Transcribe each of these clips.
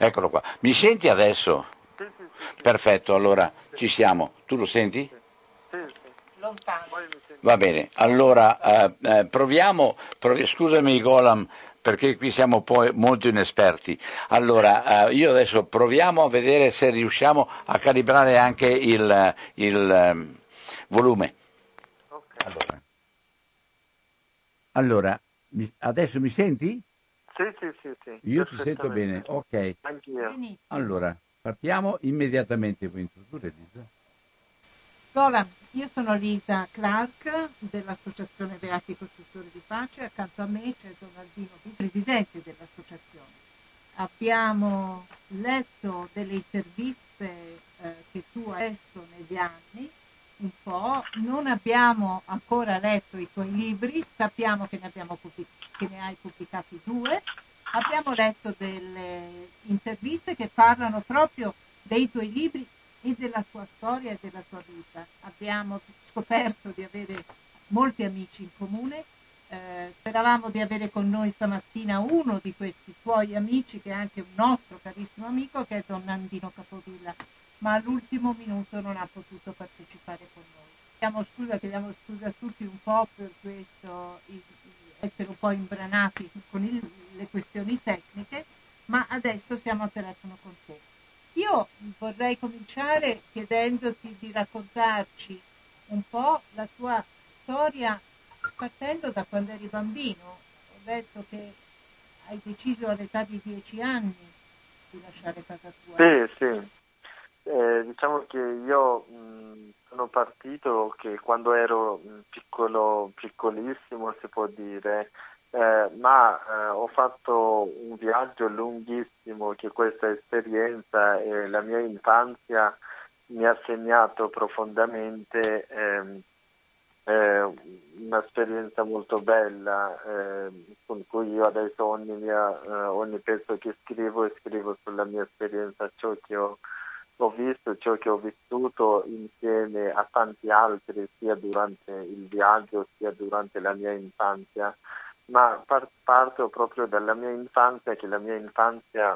Eccolo qua. Mi senti adesso? Sì, sì, sì, sì. Perfetto, allora Sì, ci siamo. Tu lo senti? sì, sì, sì. Lontano. Poi mi sento Va bene, allora proviamo, scusami Golam, perché qui siamo poi molto inesperti. Allora, io adesso proviamo a vedere se riusciamo a calibrare anche il volume. ok. Allora, adesso mi senti? Sì, sì, sì, sì, Io ti sento bene, perfettamente. ok. Anch'io. Benissimo. Allora, partiamo immediatamente. Vuoi introdurre, Lisa? Golan, io sono Lisa Clark dell'Associazione Beati Costruttori di Pace, accanto a me c'è Donaldino, il presidente dell'associazione. Abbiamo letto delle interviste che tu hai letto negli anni, un po', non abbiamo ancora letto i tuoi libri, sappiamo che che ne hai pubblicati 2, abbiamo letto delle interviste che parlano proprio dei tuoi libri e della tua storia e della tua vita. Abbiamo scoperto di avere molti amici in comune. Speravamo di avere con noi stamattina uno di questi tuoi amici, che è anche un nostro carissimo amico, che è Don Nandino Capovilla, ma all'ultimo minuto non ha potuto partecipare con noi. Chiediamo scusa a tutti un po' per questo, essere un po' imbranati con le questioni tecniche, ma adesso siamo a telefono con te. Io vorrei cominciare chiedendoti di raccontarci un po' la tua storia partendo da quando eri bambino. Ho detto che hai deciso all'età di 10 anni di lasciare casa tua. Sì, sì. Diciamo che io sono partito che quando ero piccolo, piccolissimo si può dire, ma ho fatto un viaggio lunghissimo che questa esperienza e la mia infanzia mi ha segnato profondamente. Un'esperienza molto bella con cui io adesso ogni pezzo che scrivo sulla mia esperienza, ciò che ho visto, ciò che ho vissuto insieme a tanti altri sia durante il viaggio sia durante la mia infanzia, ma parto proprio dalla mia infanzia, che la mia infanzia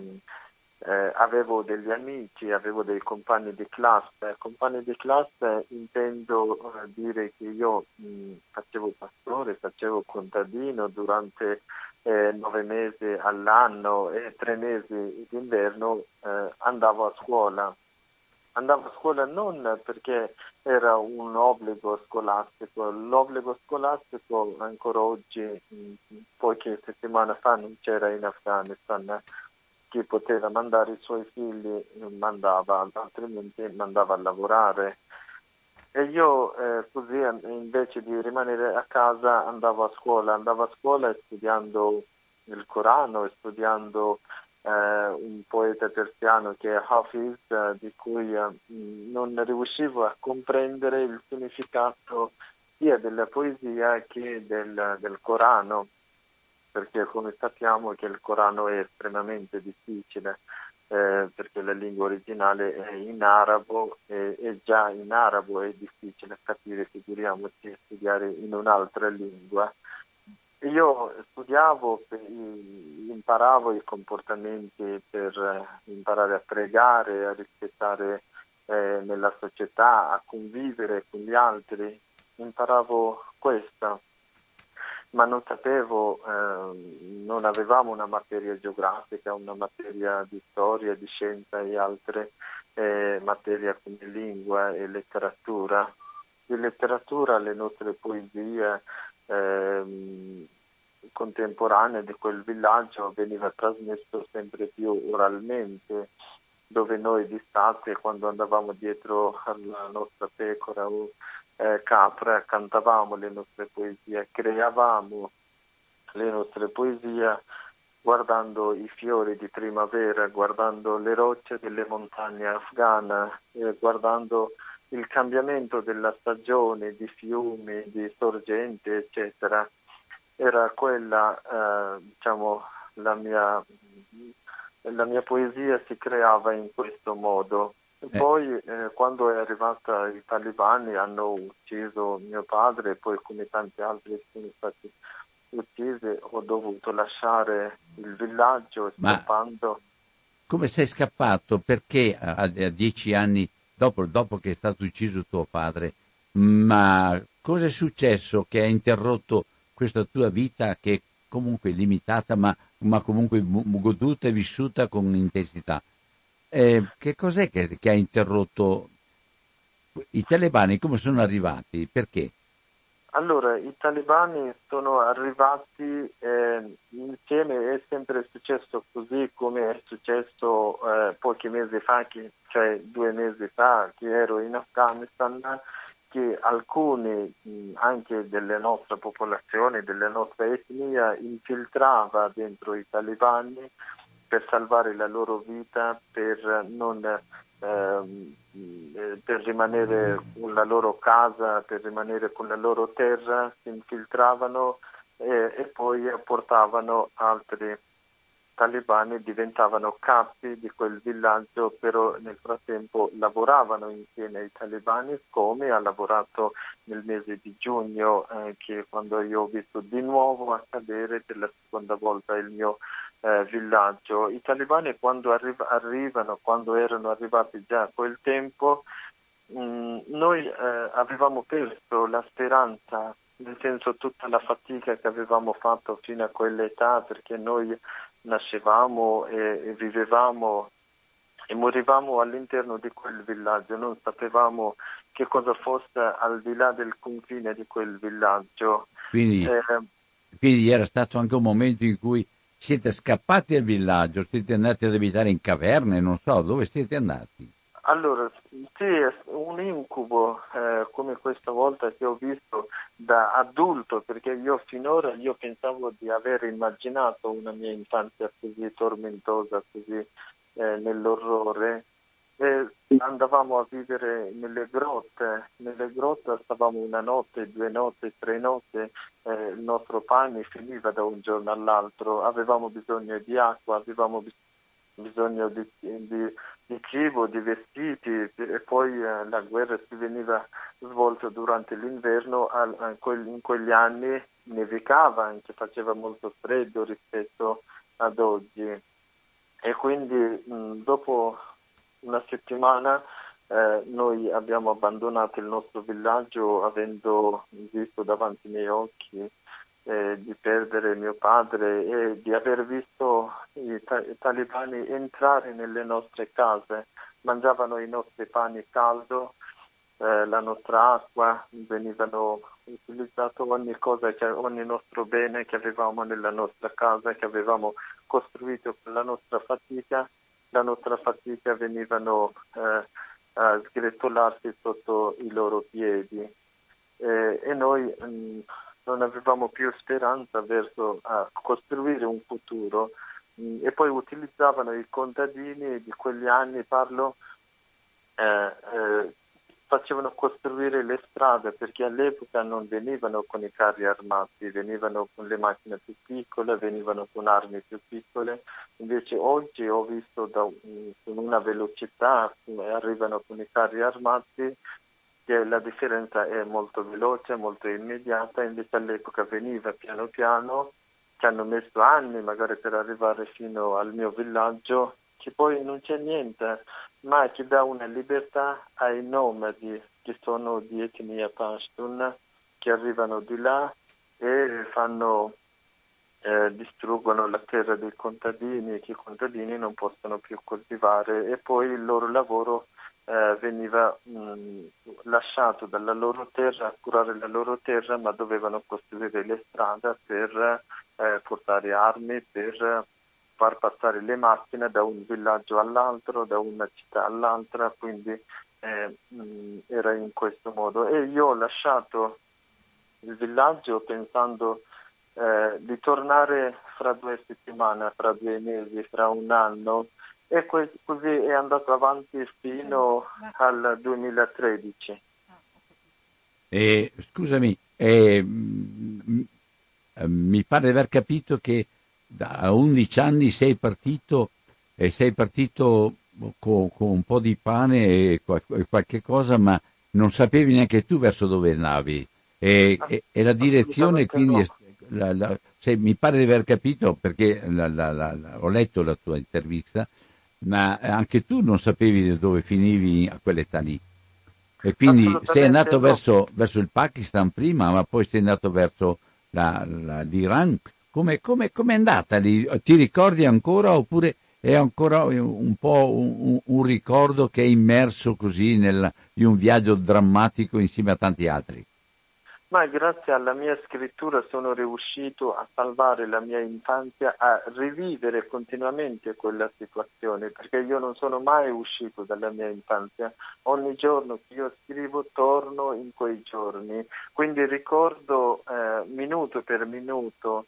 avevo degli amici, avevo dei compagni di classe. Compagni di classe intendo dire che io facevo pastore, facevo contadino durante 9 mesi all'anno e 3 mesi d'inverno andavo a scuola. Andavo a scuola non perché era un obbligo scolastico, l'obbligo scolastico ancora oggi, poche settimane fa, non c'era in Afghanistan. Chi poteva mandare i suoi figli mandava, altrimenti mandava a lavorare. E io così invece di rimanere a casa andavo a scuola studiando il Corano e studiando un poeta persiano che è Hafiz, di cui non riuscivo a comprendere il significato sia della poesia che del Corano, perché come sappiamo che il Corano è estremamente difficile, perché la lingua originale è in arabo e già in arabo è difficile capire, figuriamoci studiare in un'altra lingua. Io studiavo, imparavo i comportamenti per imparare a pregare, a rispettare nella società, a convivere con gli altri, imparavo questo, ma non sapevo, non avevamo una materia geografica, una materia di storia, di scienza e altre materie come lingua e letteratura. In letteratura le nostre poesie contemporanee di quel villaggio veniva trasmesso sempre più oralmente, dove noi di estate, quando andavamo dietro alla nostra pecora o capra, cantavamo le nostre poesie, creavamo le nostre poesie guardando i fiori di primavera, guardando le rocce delle montagne afghane, guardando il cambiamento della stagione, di fiumi, di sorgenti, eccetera. Era quella, diciamo, la mia poesia si creava in questo modo. E poi quando è arrivata i talibani hanno ucciso mio padre e poi come tanti altri che sono stati uccisi ho dovuto lasciare il villaggio Ma scappando. come sei scappato? Perché a 10 anni dopo che è stato ucciso tuo padre, ma cosa è successo che ha interrotto questa tua vita che è comunque limitata, ma comunque goduta e vissuta con intensità? Che cos'è che ha interrotto i talebani? Come sono arrivati? Perché? Allora, i talebani sono arrivati insieme, è sempre successo così come è successo pochi mesi fa, cioè 2 mesi fa, che ero in Afghanistan, che alcuni anche delle nostre popolazioni, delle nostre etnie, infiltrava dentro i talebani per salvare la loro vita, per rimanere con la loro casa, per rimanere con la loro terra, si infiltravano e poi portavano altri talebani, diventavano capi di quel villaggio, però nel frattempo lavoravano insieme ai talebani, come ha lavorato nel mese di giugno, che quando io ho visto di nuovo accadere per la seconda volta il mio villaggio. I talebani quando arrivano, quando erano arrivati già a quel tempo, noi avevamo perso la speranza, nel senso tutta la fatica che avevamo fatto fino a quell'età, perché noi nascevamo e vivevamo e morivamo all'interno di quel villaggio, non sapevamo che cosa fosse al di là del confine di quel villaggio. Quindi era stato anche un momento in cui siete scappati al villaggio, siete andati ad abitare in caverne, non so, dove siete andati? Allora, sì, è un incubo come questa volta che ho visto da adulto, perché io finora pensavo di aver immaginato una mia infanzia così tormentosa, così nell'orrore. Andavamo a vivere nelle grotte stavamo 1 notte, 2 notti, 3 notti, il nostro pane finiva da un giorno all'altro, avevamo bisogno di acqua, avevamo bisogno di cibo, di vestiti, e poi la guerra si veniva svolta durante l'inverno, in quegli anni nevicava, anche faceva molto freddo rispetto ad oggi, e quindi dopo 1 settimana noi abbiamo abbandonato il nostro villaggio, avendo visto davanti ai miei occhi di perdere mio padre e di aver visto i talebani entrare nelle nostre case, mangiavano i nostri pani caldo, la nostra acqua, venivano utilizzato ogni cosa, ogni nostro bene che avevamo nella nostra casa, che avevamo costruito con la nostra fatica venivano a sgretolarsi sotto i loro piedi, e noi non avevamo più speranza verso costruire un futuro, e poi utilizzavano i contadini di quegli anni, facevano costruire le strade, perché all'epoca non venivano con i carri armati, venivano con le macchine più piccole, venivano con armi più piccole. Invece oggi ho visto con una velocità, arrivano con i carri armati, che la differenza è molto veloce, molto immediata. Invece all'epoca veniva piano piano, ci hanno messo anni magari per arrivare fino al mio villaggio, che poi non c'è niente, ma che dà una libertà ai nomadi che sono di etnia Pashtun, che arrivano di là e distruggono la terra dei contadini, che i contadini non possono più coltivare, e poi il loro lavoro veniva lasciato dalla loro terra, a curare la loro terra, ma dovevano costruire le strade per portare armi, per far passare le macchine da un villaggio all'altro, da una città all'altra, quindi era in questo modo. E io ho lasciato il villaggio pensando di tornare fra 2 settimane, fra 2 mesi, fra 1 anno, e così è andato avanti fino al 2013. Scusami, mi pare di aver capito che a 11 anni sei partito con un po' di pane e qualche cosa, ma non sapevi neanche tu verso dove andavi, e la direzione quindi mi pare di aver capito, perché ho letto la tua intervista, ma anche tu non sapevi dove finivi a quell'età lì. E quindi sei andato verso il Pakistan prima, ma poi sei andato verso l'Iran. Come è andata lì? Ti ricordi ancora, oppure è ancora un po' un ricordo che è immerso così di un viaggio drammatico insieme a tanti altri? Ma grazie alla mia scrittura sono riuscito a salvare la mia infanzia, a rivivere continuamente quella situazione, perché io non sono mai uscito dalla mia infanzia. Ogni giorno che io scrivo torno in quei giorni, quindi ricordo minuto per minuto.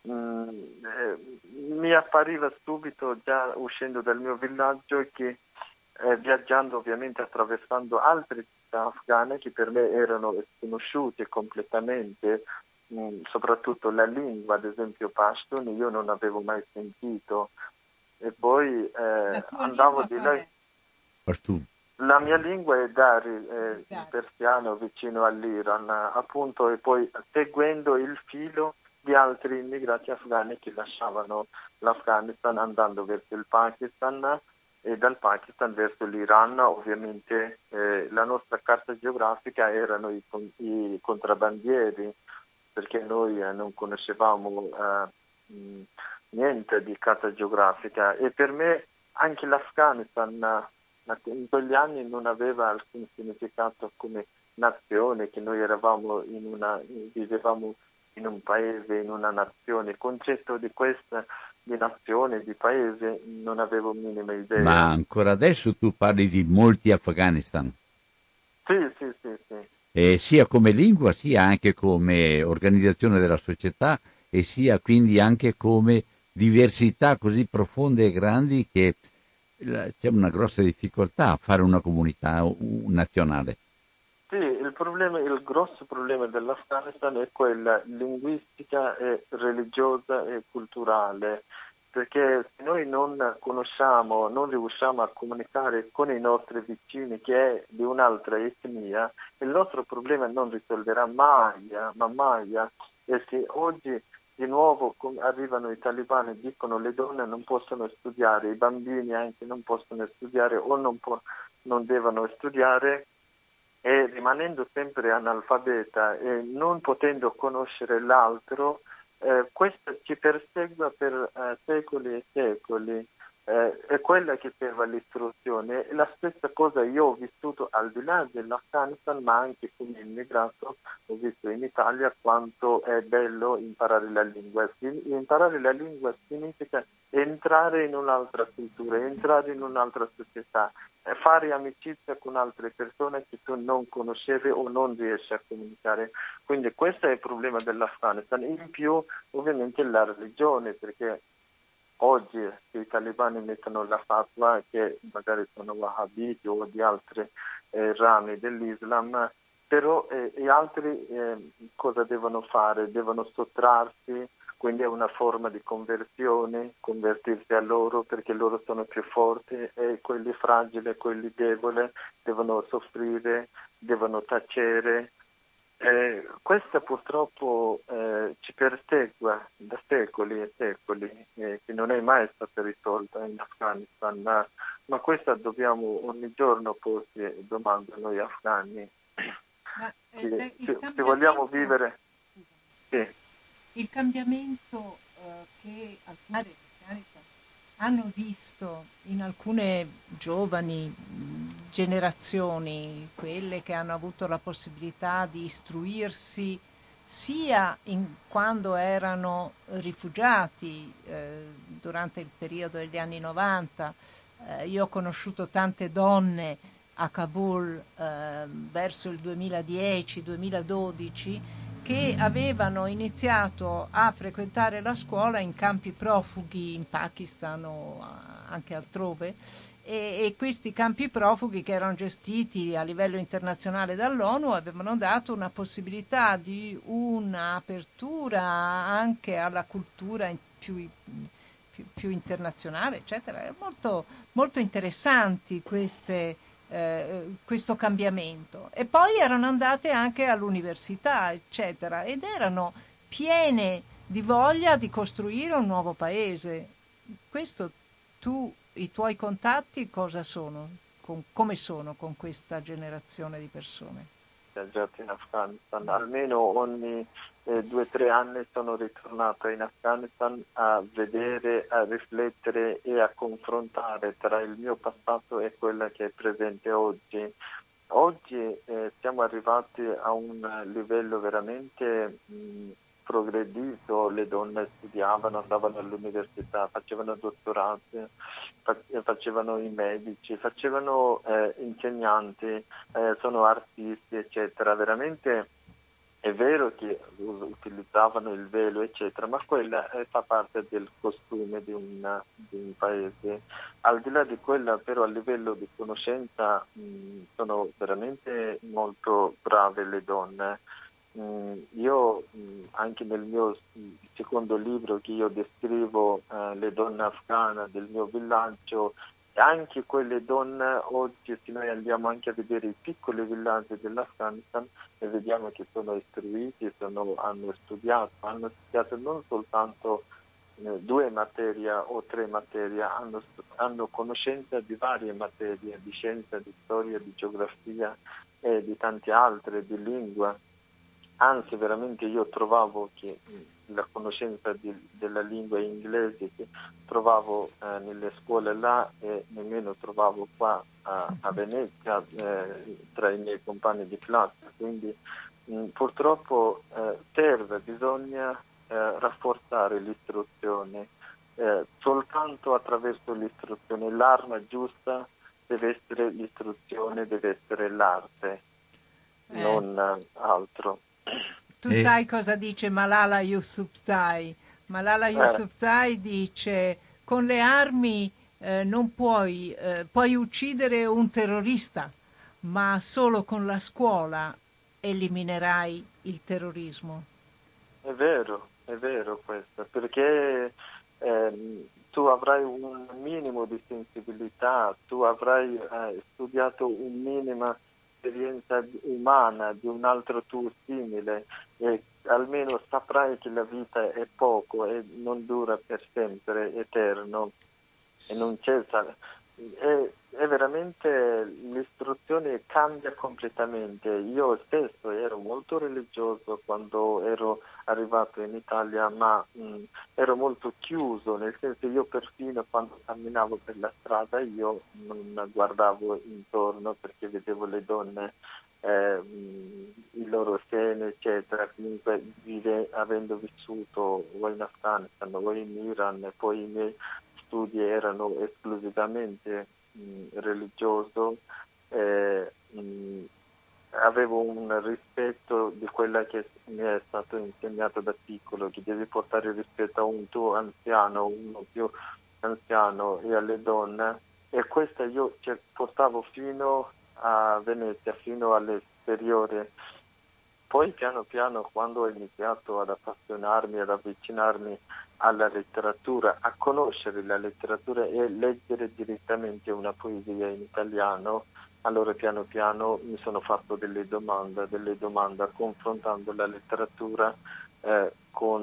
Mi appariva subito, già uscendo dal mio villaggio, che viaggiando, ovviamente attraversando altre città afghane che per me erano sconosciute completamente, soprattutto la lingua, ad esempio Pashtun, io non avevo mai sentito, e poi andavo di là. Pashtun. La mia lingua è Dari, il persiano, vicino all'Iran, appunto, e poi seguendo il filo di altri immigrati afghani che lasciavano l'Afghanistan andando verso il Pakistan, e dal Pakistan verso l'Iran. Ovviamente la nostra carta geografica erano i contrabbandieri, perché noi non conoscevamo niente di carta geografica, e per me anche l'Afghanistan in quegli anni non aveva alcun significato come nazione, che noi vivevamo in un paese, in una nazione. Il concetto di questa di nazione, di paese, non avevo minima idea. Ma ancora adesso tu parli di molti Afghanistan? Sì. Sia come lingua, sia anche come organizzazione della società, e sia quindi anche come diversità così profonde e grandi che c'è una grossa difficoltà a fare una comunità nazionale. Sì, il grosso problema dell'Afghanistan è quella linguistica e religiosa e culturale, perché se noi non conosciamo, non riusciamo a comunicare con i nostri vicini che è di un'altra etnia, il nostro problema non risolverà mai, ma mai. E se oggi di nuovo arrivano i talebani e dicono le donne non possono studiare, i bambini anche non possono studiare o non devono studiare, e rimanendo sempre analfabeta e non potendo conoscere l'altro, questo ci persegue per secoli e secoli. È quella che serve all'istruzione. La stessa cosa io ho vissuto al di là dell'Afghanistan, ma anche come immigrato ho visto in Italia quanto è bello imparare la lingua. Imparare la lingua significa entrare in un'altra cultura, entrare in un'altra società, fare amicizia con altre persone che tu non conoscevi o non riesci a comunicare. Quindi questo è il problema dell'Afghanistan. In più ovviamente la religione, perché oggi i talebani mettono la fatwa che magari sono wahhabiti o di altre rami dell'Islam, però gli altri cosa devono fare? Devono sottrarsi, quindi è una forma di conversione, convertirsi a loro perché loro sono più forti, e quelli fragili, quelli deboli devono soffrire, devono tacere. Questa purtroppo ci persegue da secoli e secoli, che non è mai stata risolta in Afghanistan, ma questa dobbiamo ogni giorno porsi domande noi afghani. Se vogliamo vivere... Sì. Il cambiamento che alcuni cristiani hanno visto in alcune giovani generazioni, quelle che hanno avuto la possibilità di istruirsi sia quando erano rifugiati durante il periodo degli anni 90. Io ho conosciuto tante donne a Kabul verso il 2010-2012 che avevano iniziato a frequentare la scuola in campi profughi in Pakistan o anche altrove, e questi campi profughi, che erano gestiti a livello internazionale dall'ONU, avevano dato una possibilità di un'apertura anche alla cultura più internazionale, eccetera. Molto, molto interessanti questo cambiamento. E poi erano andate anche all'università, eccetera, ed erano piene di voglia di costruire un nuovo paese. Questo tu i tuoi contatti cosa sono? Come sono con questa generazione di persone? Viaggiato in Afghanistan, almeno ogni 2 o 3 anni sono ritornata in Afghanistan a vedere, a riflettere e a confrontare tra il mio passato e quella che è presente oggi. Oggi siamo arrivati a un livello veramente progredito, le donne studiavano, andavano all'università, facevano dottorati, facevano i medici, facevano insegnanti, sono artisti, eccetera. Veramente è vero che utilizzavano il velo, eccetera, ma quella fa parte del costume di un paese. Al di là di quella, però, a livello di conoscenza sono veramente molto brave le donne. Io anche nel mio secondo libro che io descrivo le donne afghane del mio villaggio, anche quelle donne oggi, se noi andiamo anche a vedere i piccoli villaggi dell'Afghanistan e vediamo che sono istruiti, hanno studiato non soltanto 2 materie o 3 materie, hanno conoscenza di varie materie, di scienza, di storia, di geografia e di tante altre, di lingua. Anzi, veramente io trovavo che la conoscenza della lingua inglese che trovavo nelle scuole là e nemmeno trovavo qua a Venezia tra i miei compagni di classe. Quindi purtroppo bisogna rafforzare l'istruzione. Soltanto attraverso l'istruzione, l'arma giusta deve essere l'istruzione, deve essere l'arte, non altro. Tu sai cosa dice Malala Yousafzai? Malala Yousafzai dice: con le armi non puoi uccidere un terrorista, ma solo con la scuola eliminerai il terrorismo. È vero questo, perché tu avrai un minimo di sensibilità, tu avrai studiato un minimo esperienza umana di un altro tuo simile e almeno saprai che la vita è poco e non dura per sempre, eterno e non cessa. È veramente l'istruzione cambia completamente. Io stesso ero molto religioso quando ero arrivato in Italia, ma ero molto chiuso, nel senso io perfino quando camminavo per la strada io non guardavo intorno perché vedevo le donne, i loro seni, eccetera. Comunque avendo vissuto o in Afghanistan o in Iran, e poi i miei studi erano esclusivamente religioso, avevo un rispetto di quella che mi è stato insegnato da piccolo, che devi portare rispetto a un tuo anziano, uno più anziano e alle donne, e questa io portavo fino a Venezia, fino alle superiori. Poi piano piano, quando ho iniziato ad appassionarmi, ad avvicinarmi alla letteratura, a conoscere la letteratura e leggere direttamente una poesia in italiano, allora piano piano mi sono fatto delle domande, confrontando la letteratura con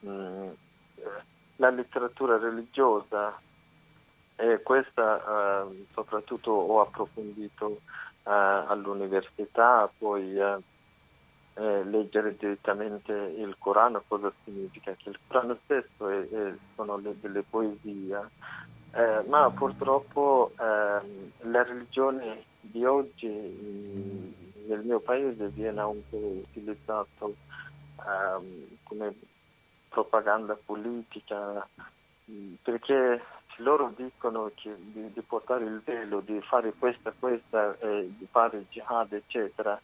la letteratura religiosa, e questa soprattutto ho approfondito all'università, poi leggere direttamente il Corano, cosa significa, che il Corano stesso sono delle poesie, ma purtroppo la religione di oggi nel mio paese viene un po' utilizzato come propaganda politica, perché loro dicono che di portare il velo, di fare questa, di fare jihad, eccetera,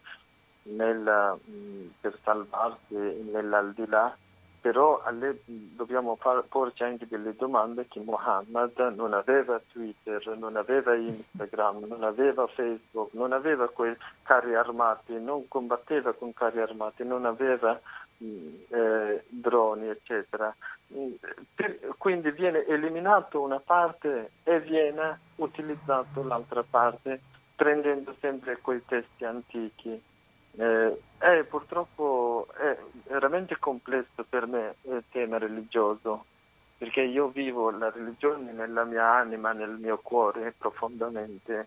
per salvarsi nell'aldilà, però dobbiamo porci anche delle domande che Muhammad non aveva Twitter, non aveva Instagram, non aveva Facebook, non aveva quei carri armati, non combatteva con carri armati, non aveva droni, eccetera. Quindi viene eliminato una parte e viene utilizzato l'altra parte, prendendo sempre quei testi antichi. Purtroppo è veramente complesso per me il tema religioso, perché io vivo la religione nella mia anima, nel mio cuore profondamente.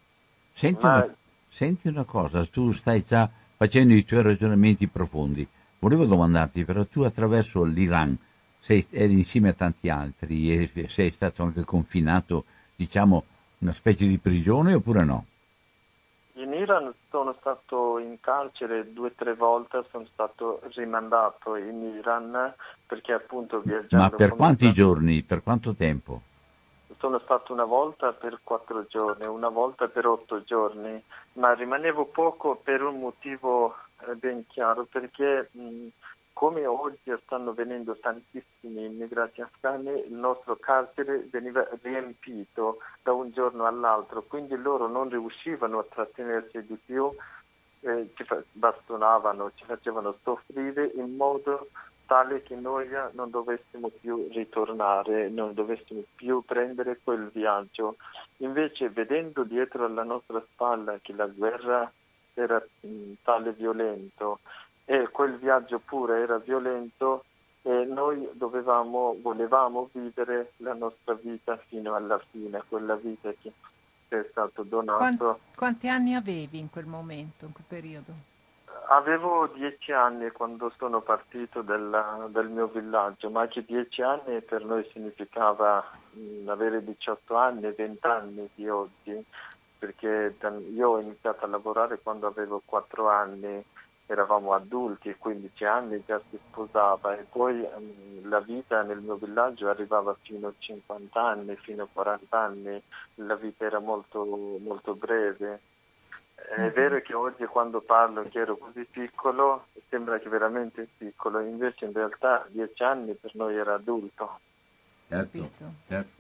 Senti una cosa, tu stai già facendo i tuoi ragionamenti profondi. Volevo domandarti, però tu attraverso l'Iran eri insieme a tanti altri e sei stato anche confinato, diciamo, una specie di prigione oppure no? In Iran sono stato in carcere 2 o 3 volte, sono stato rimandato in Iran perché appunto Ma viaggiando per come quanti giorni? Per quanto tempo? sono stato una volta per 4 giorni, una volta per 8 giorni, ma rimanevo poco per un motivo ben chiaro, perché come oggi stanno venendo tantissimi immigrati afghani, il nostro carcere veniva riempito da un giorno all'altro, quindi loro non riuscivano a trattenersi di più, bastonavano, ci facevano soffrire in modo tale che noi non dovessimo più ritornare, non dovessimo più prendere quel viaggio. Invece, vedendo dietro alla nostra spalla che la guerra era tale violento e quel viaggio pure era violento, e noi volevamo vivere la nostra vita fino alla fine, quella vita che è stato donato. Quanti anni avevi in quel momento, in quel periodo? Avevo 10 anni quando sono partito dal mio villaggio, ma che 10 anni per noi significava avere 18 anni, 20 anni di oggi, perché io ho iniziato a lavorare quando avevo 4 anni, eravamo adulti, 15 anni già si sposava e poi la vita nel mio villaggio arrivava fino a 50 anni, fino a 40 anni, la vita era molto, molto breve. È vero che oggi quando parlo che ero così piccolo, sembra che veramente piccolo, invece in realtà 10 anni per noi era adulto. Certo, certo.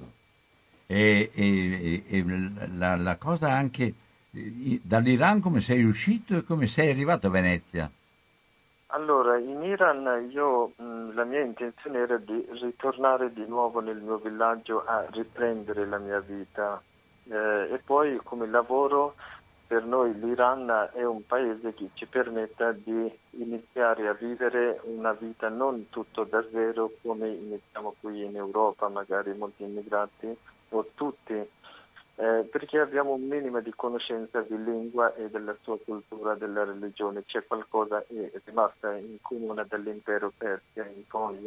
E la cosa anche, dall'Iran come sei uscito e come sei arrivato a Venezia? Allora, in Iran la mia intenzione era di ritornare di nuovo nel mio villaggio a riprendere la mia vita. E poi come lavoro per noi l'Iran è un paese che ci permetta di iniziare a vivere una vita non tutto da zero come iniziamo qui in Europa, magari molti immigrati o tutti, perché abbiamo un minimo di conoscenza di lingua e della sua cultura, della religione. C'è qualcosa che è rimasta in comune dall'impero Persia in poi.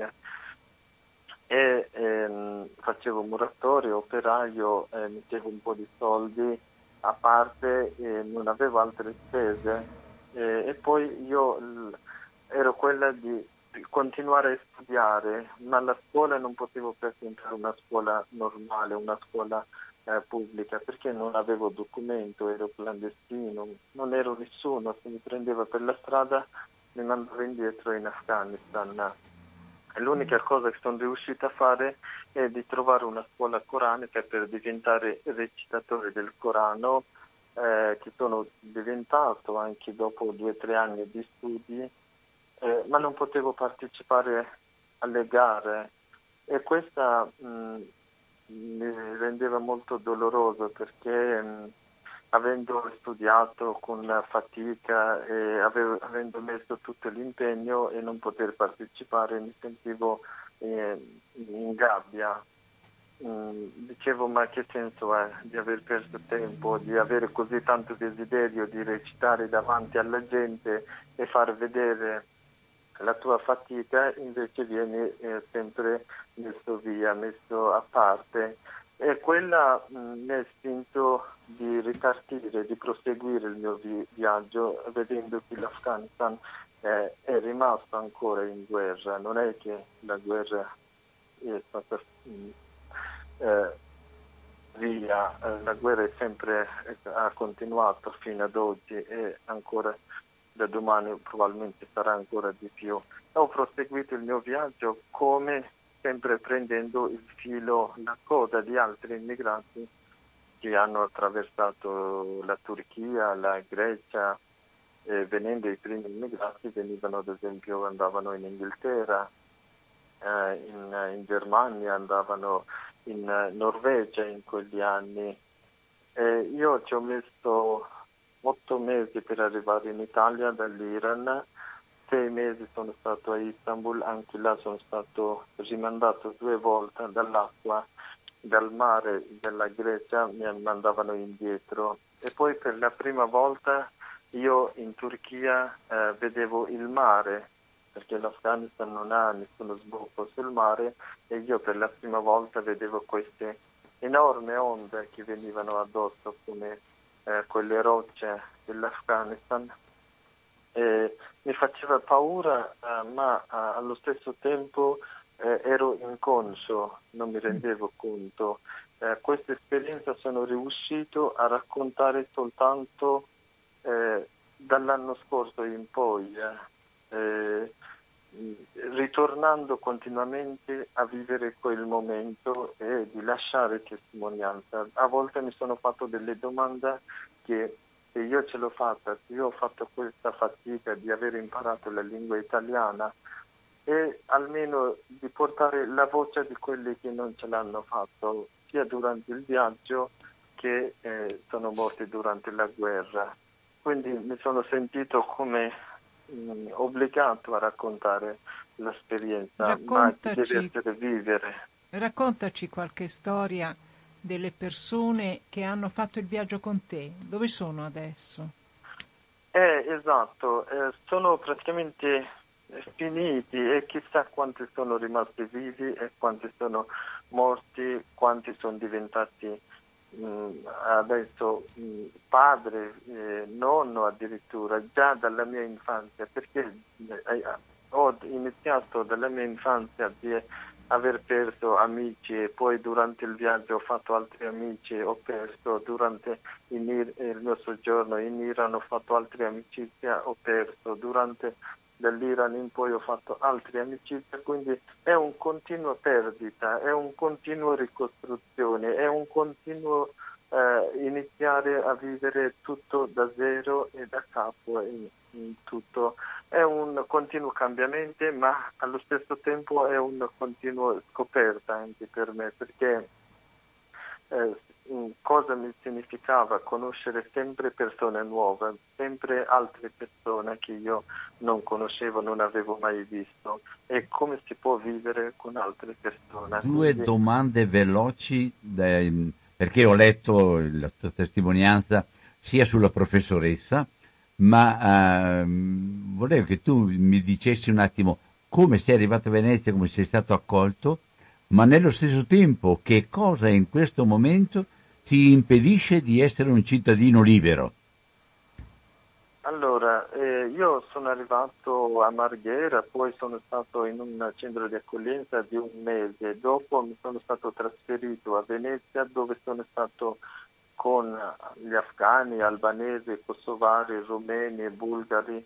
Facevo muratore, operaio, mettevo un po' di soldi a parte e non avevo altre spese e poi ero quella di continuare a studiare, ma la scuola non potevo frequentare una scuola normale, una scuola pubblica perché non avevo documento, ero clandestino, non ero nessuno, se mi prendeva per la strada mi mandava indietro in Afghanistan. L'unica cosa che sono riuscita a fare è di trovare una scuola coranica per diventare recitatore del Corano, che sono diventato anche dopo 2 o 3 anni di studi, ma non potevo partecipare alle gare e questa mi rendeva molto doloroso perché avendo studiato con fatica e avendo messo tutto l'impegno e non poter partecipare mi sentivo in gabbia. Dicevo ma che senso è di aver perso tempo, di avere così tanto desiderio di recitare davanti alla gente e far vedere la tua fatica, invece vieni sempre messo via, messo a parte. E quella mi ha spinto di ripartire, di proseguire il mio viaggio, vedendo che l'Afghanistan è rimasto ancora in guerra, non è che la guerra è stata via, la guerra è sempre ha continuato fino ad oggi e ancora da domani probabilmente sarà ancora di più. Ho proseguito il mio viaggio come sempre prendendo il filo, la coda di altri immigrati che hanno attraversato la Turchia, la Grecia, venendo i primi immigrati venivano ad esempio, andavano in Inghilterra, in Germania, andavano in Norvegia in quegli anni. Io ci ho messo 8 mesi per arrivare in Italia dall'Iran, 6 mesi sono stato a Istanbul, anche là sono stato rimandato 2 volte dall'acqua, dal mare della Grecia mi mandavano indietro. E poi per la prima volta io in Turchia vedevo il mare, perché l'Afghanistan non ha nessuno sbocco sul mare, e io per la prima volta vedevo queste enormi onde che venivano addosso come quelle rocce dell'Afghanistan. Mi faceva paura, ma allo stesso tempo ero inconscio, non mi rendevo conto. Questa esperienza sono riuscito a raccontare soltanto dall'anno scorso in poi, ritornando continuamente a vivere quel momento e di lasciare testimonianza. A volte mi sono fatto delle domande che se io ce l'ho fatta, se io ho fatto questa fatica di aver imparato la lingua italiana, e almeno di portare la voce di quelli che non ce l'hanno fatto, sia durante il viaggio che sono morti durante la guerra. Quindi mi sono sentito come obbligato a raccontare l'esperienza, ma che deve essere vivere. Raccontaci qualche storia delle persone che hanno fatto il viaggio con te. Dove sono adesso? Esatto, sono praticamente finiti e chissà quanti sono rimasti vivi e quanti sono morti, quanti sono diventati adesso padre, nonno addirittura, già dalla mia infanzia, perché ho iniziato dalla mia infanzia di aver perso amici e poi durante il viaggio ho fatto altri amici, ho perso durante il mio soggiorno in Iran, ho fatto altre amicizie, ho perso durante dall'Iran in poi ho fatto altre amicizie, quindi è un continuo perdita, è un continuo ricostruzione, è un continuo iniziare a vivere tutto da zero e da capo in tutto. È un continuo cambiamento, ma allo stesso tempo è una continua scoperta anche per me, perché cosa mi significava conoscere sempre persone nuove, sempre altre persone che io non conoscevo, non avevo mai visto, e come si può vivere con altre persone. Due domande veloci, perché ho letto la tua testimonianza sia sulla professoressa, ma volevo che tu mi dicessi un attimo come sei arrivato a Venezia, come sei stato accolto, ma nello stesso tempo che cosa in questo momento ti impedisce di essere un cittadino libero? Allora, io sono arrivato a Marghera, poi sono stato in un centro di accoglienza di 1 mese, dopo mi sono stato trasferito a Venezia, dove sono stato con gli afghani, albanesi, kosovari, rumeni, bulgari,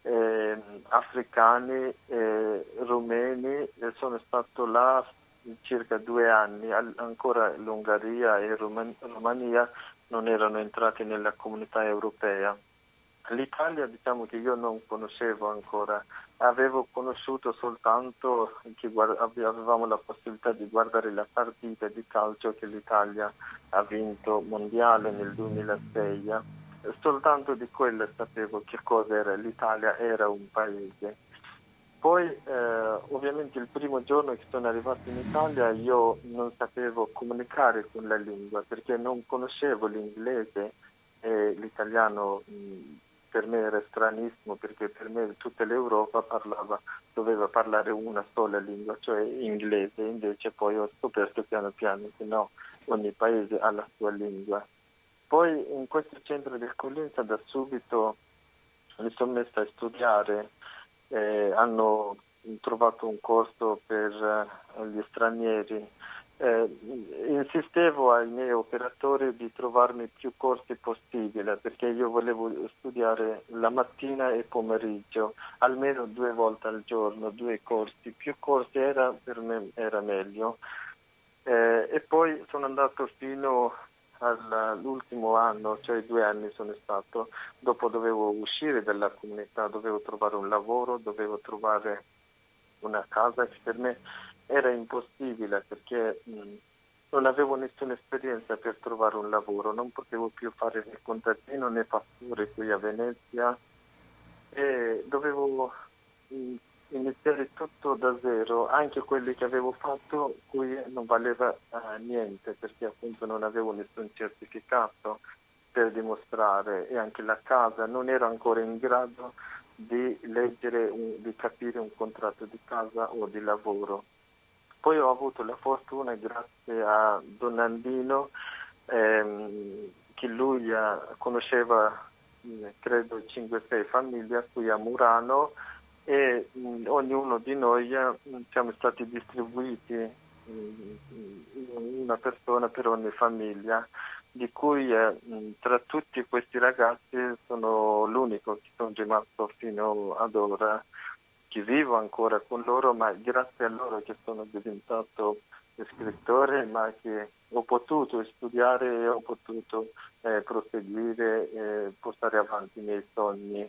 africani, rumeni, e sono stato là circa 2 anni, ancora l'Ungheria e Romania non erano entrati nella comunità europea. L'Italia diciamo che io non conoscevo ancora, avevo conosciuto soltanto che avevamo la possibilità di guardare la partita di calcio che l'Italia ha vinto mondiale nel 2006, soltanto di quello sapevo che cosa era l'Italia, era un paese. Poi ovviamente il primo giorno che sono arrivato in Italia io non sapevo comunicare con la lingua perché non conoscevo l'inglese e l'italiano. Per me era stranissimo perché per me tutta l'Europa doveva parlare una sola lingua, cioè inglese, invece poi ho scoperto piano piano che no, ogni paese ha la sua lingua. Poi in questo centro di accoglienza da subito mi sono messa a studiare, hanno trovato un corso per gli stranieri. Insistevo ai miei operatori di trovarmi più corsi possibile perché io volevo studiare la mattina e pomeriggio, almeno 2 volte al giorno, 2 corsi, più corsi per me era meglio. E poi sono andato fino all'ultimo anno, cioè 2 anni sono stato, dopo dovevo uscire dalla comunità, dovevo trovare un lavoro, dovevo trovare una casa che per me era impossibile perché non avevo nessuna esperienza per trovare un lavoro, non potevo più fare né contadino né pastore qui a Venezia e dovevo iniziare tutto da zero, anche quelli che avevo fatto qui non valeva niente, perché appunto non avevo nessun certificato per dimostrare, e anche la casa non ero ancora in grado di leggere, di capire un contratto di casa o di lavoro. Poi ho avuto la fortuna, grazie a Don Andino, che lui conosceva credo 5-6 famiglie qui a Murano, e ognuno di noi siamo stati distribuiti, una persona per ogni famiglia, di cui tra tutti questi ragazzi sono l'unico che sono rimasto fino ad ora, che vivo ancora con loro, ma grazie a loro che sono diventato scrittore, ma che ho potuto studiare e ho potuto proseguire e portare avanti i miei sogni.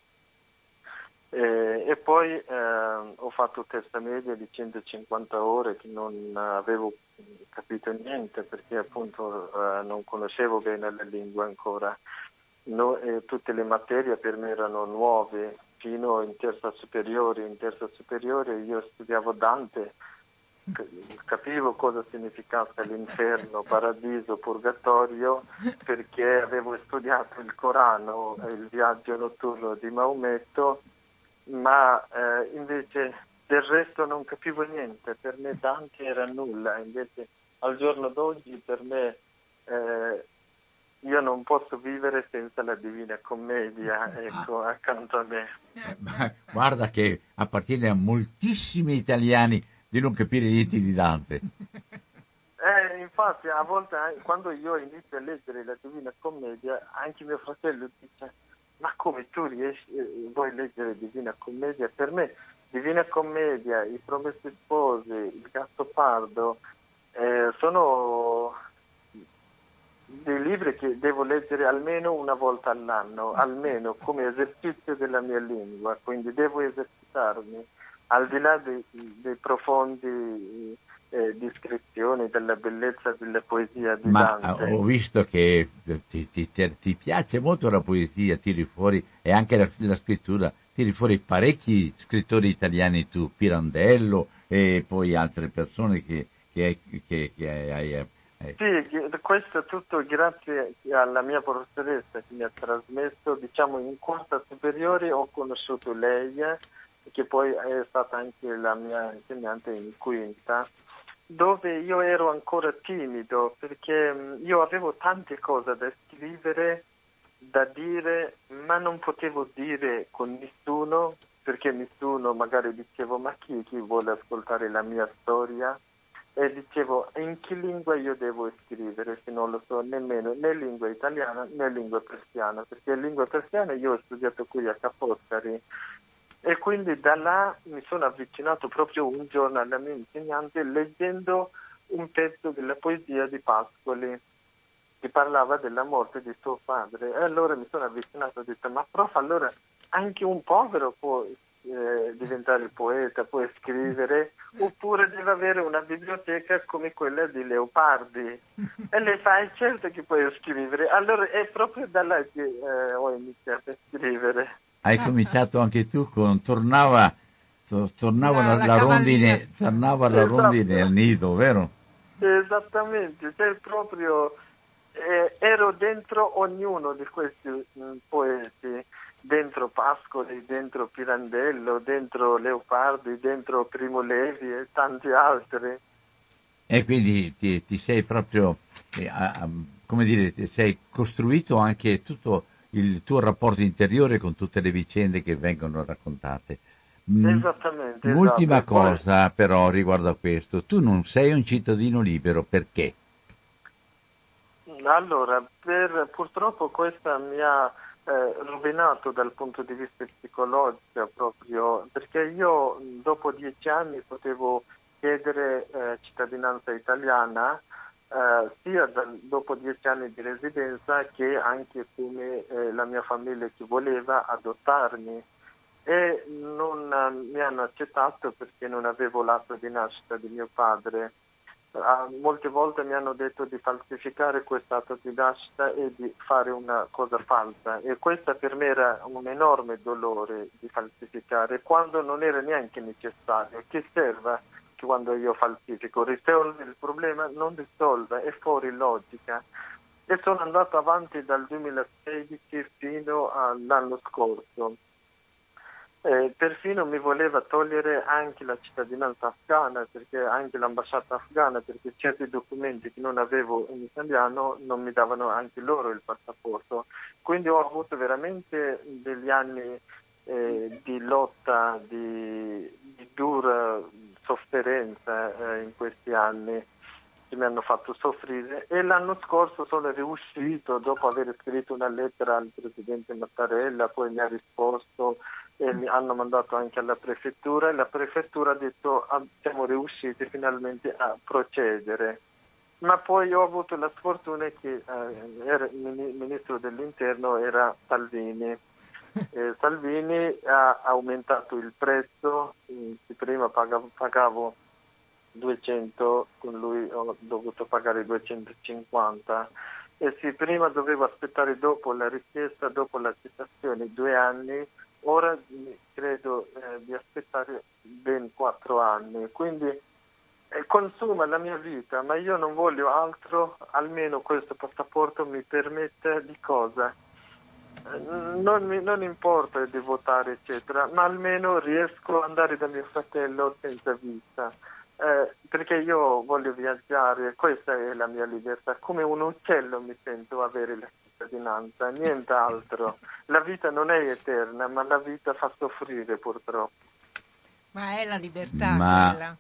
E poi ho fatto terza media di 150 ore, che non avevo capito niente, perché appunto non conoscevo bene la lingua ancora. Tutte le materie per me erano nuove, fino in terza superiore. In terza superiore io studiavo Dante, capivo cosa significasse l'inferno, paradiso, purgatorio, perché avevo studiato il Corano, il viaggio notturno di Maometto, ma invece del resto non capivo niente. Per me Dante era nulla, invece al giorno d'oggi per me io non posso vivere senza la Divina Commedia, ecco, accanto a me. Ma guarda che appartiene a moltissimi italiani di non capire niente di Dante. Infatti a volte quando io inizio a leggere la Divina Commedia, anche mio fratello dice: ma come tu vuoi leggere Divina Commedia? Per me Divina Commedia, I Promessi Sposi, Il Gattopardo sono dei libri che devo leggere almeno una volta all'anno, almeno come esercizio della mia lingua, quindi devo esercitarmi al di là dei profondi descrizioni della bellezza della poesia di Dante. Ho visto che ti piace molto la poesia, tiri fuori, e anche la scrittura, tiri fuori parecchi scrittori italiani tu, Pirandello e poi altre persone che hai. Sì, questo tutto grazie alla mia professoressa che mi ha trasmesso, diciamo in quarta superiore ho conosciuto lei, che poi è stata anche la mia insegnante in quinta, dove io ero ancora timido, perché io avevo tante cose da scrivere, da dire, ma non potevo dire con nessuno, perché nessuno, magari dicevo, ma chi vuole ascoltare la mia storia? E dicevo, in che lingua io devo scrivere, se non lo so nemmeno né lingua italiana né lingua persiana, perché lingua persiana io ho studiato qui a Ca' Foscari, e quindi da là mi sono avvicinato proprio un giorno alla mia insegnante leggendo un pezzo della poesia di Pascoli che parlava della morte di suo padre, e allora mi sono avvicinato e ho detto: ma prof, allora anche un povero può diventare poeta, può scrivere, oppure deve avere una biblioteca come quella di Leopardi? E lei fa: certo che puoi scrivere. Allora è proprio da là che ho iniziato a scrivere. Hai cominciato anche tu con tornava la rondine, tornava la rondine al nido, vero? Esattamente, cioè proprio ero dentro ognuno di questi poeti, dentro Pascoli, dentro Pirandello, dentro Leopardi, dentro Primo Levi e tanti altri. E quindi ti sei proprio, come dire, ti sei costruito anche tutto il tuo rapporto interiore con tutte le vicende che vengono raccontate. Esattamente. L'ultima esatto. cosa però riguardo a questo, tu non sei un cittadino libero, perché? Allora, purtroppo questa mi ha rovinato dal punto di vista psicologico, proprio perché io dopo 10 anni potevo chiedere cittadinanza italiana, sia dopo 10 anni di residenza che anche come la mia famiglia che voleva adottarmi, e non mi hanno accettato perché non avevo l'atto di nascita di mio padre. Molte volte mi hanno detto di falsificare questo atto di nascita e di fare una cosa falsa, e questo per me era un enorme dolore di falsificare quando non era neanche necessario. Che serva che quando io falsifico? Risolve il problema? Non risolve, è fuori logica. E sono andato avanti dal 2016 fino all'anno scorso. Perfino mi voleva togliere anche la cittadinanza afghana, perché anche l'ambasciata afghana, perché certi documenti che non avevo in italiano non mi davano anche loro il passaporto. Quindi ho avuto veramente degli anni di lotta, di dura sofferenza in questi anni, che mi hanno fatto soffrire, e l'anno scorso sono riuscito, dopo aver scritto una lettera al presidente Mattarella, poi mi ha risposto e mi hanno mandato anche alla prefettura, e la prefettura ha detto siamo riusciti finalmente a procedere. Ma poi ho avuto la sfortuna che il ministro dell'interno era Salvini. Salvini ha aumentato il prezzo, prima pagavo 200, con lui ho dovuto pagare 250, e sì, prima dovevo aspettare dopo la richiesta, dopo l'accettazione 2 anni, ora credo di aspettare ben 4 anni, quindi consuma la mia vita, ma io non voglio altro, almeno questo passaporto mi permette di cosa? Non importa di votare eccetera, ma almeno riesco ad andare da mio fratello senza vista, perché io voglio viaggiare, questa è la mia libertà, come un uccello mi sento avere la cittadinanza, nient'altro. La vita non è eterna, ma la vita fa soffrire purtroppo. Ma è la libertà Ma, quella.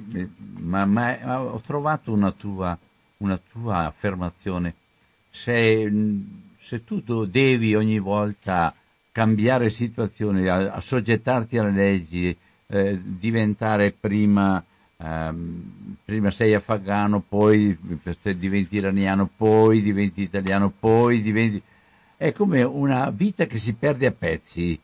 ma ho trovato una tua affermazione. Se tu devi ogni volta cambiare situazione, assoggettarti alle leggi, diventare prima sei afghano, poi diventi iraniano, poi diventi italiano, poi diventi... È come una vita che si perde a pezzi.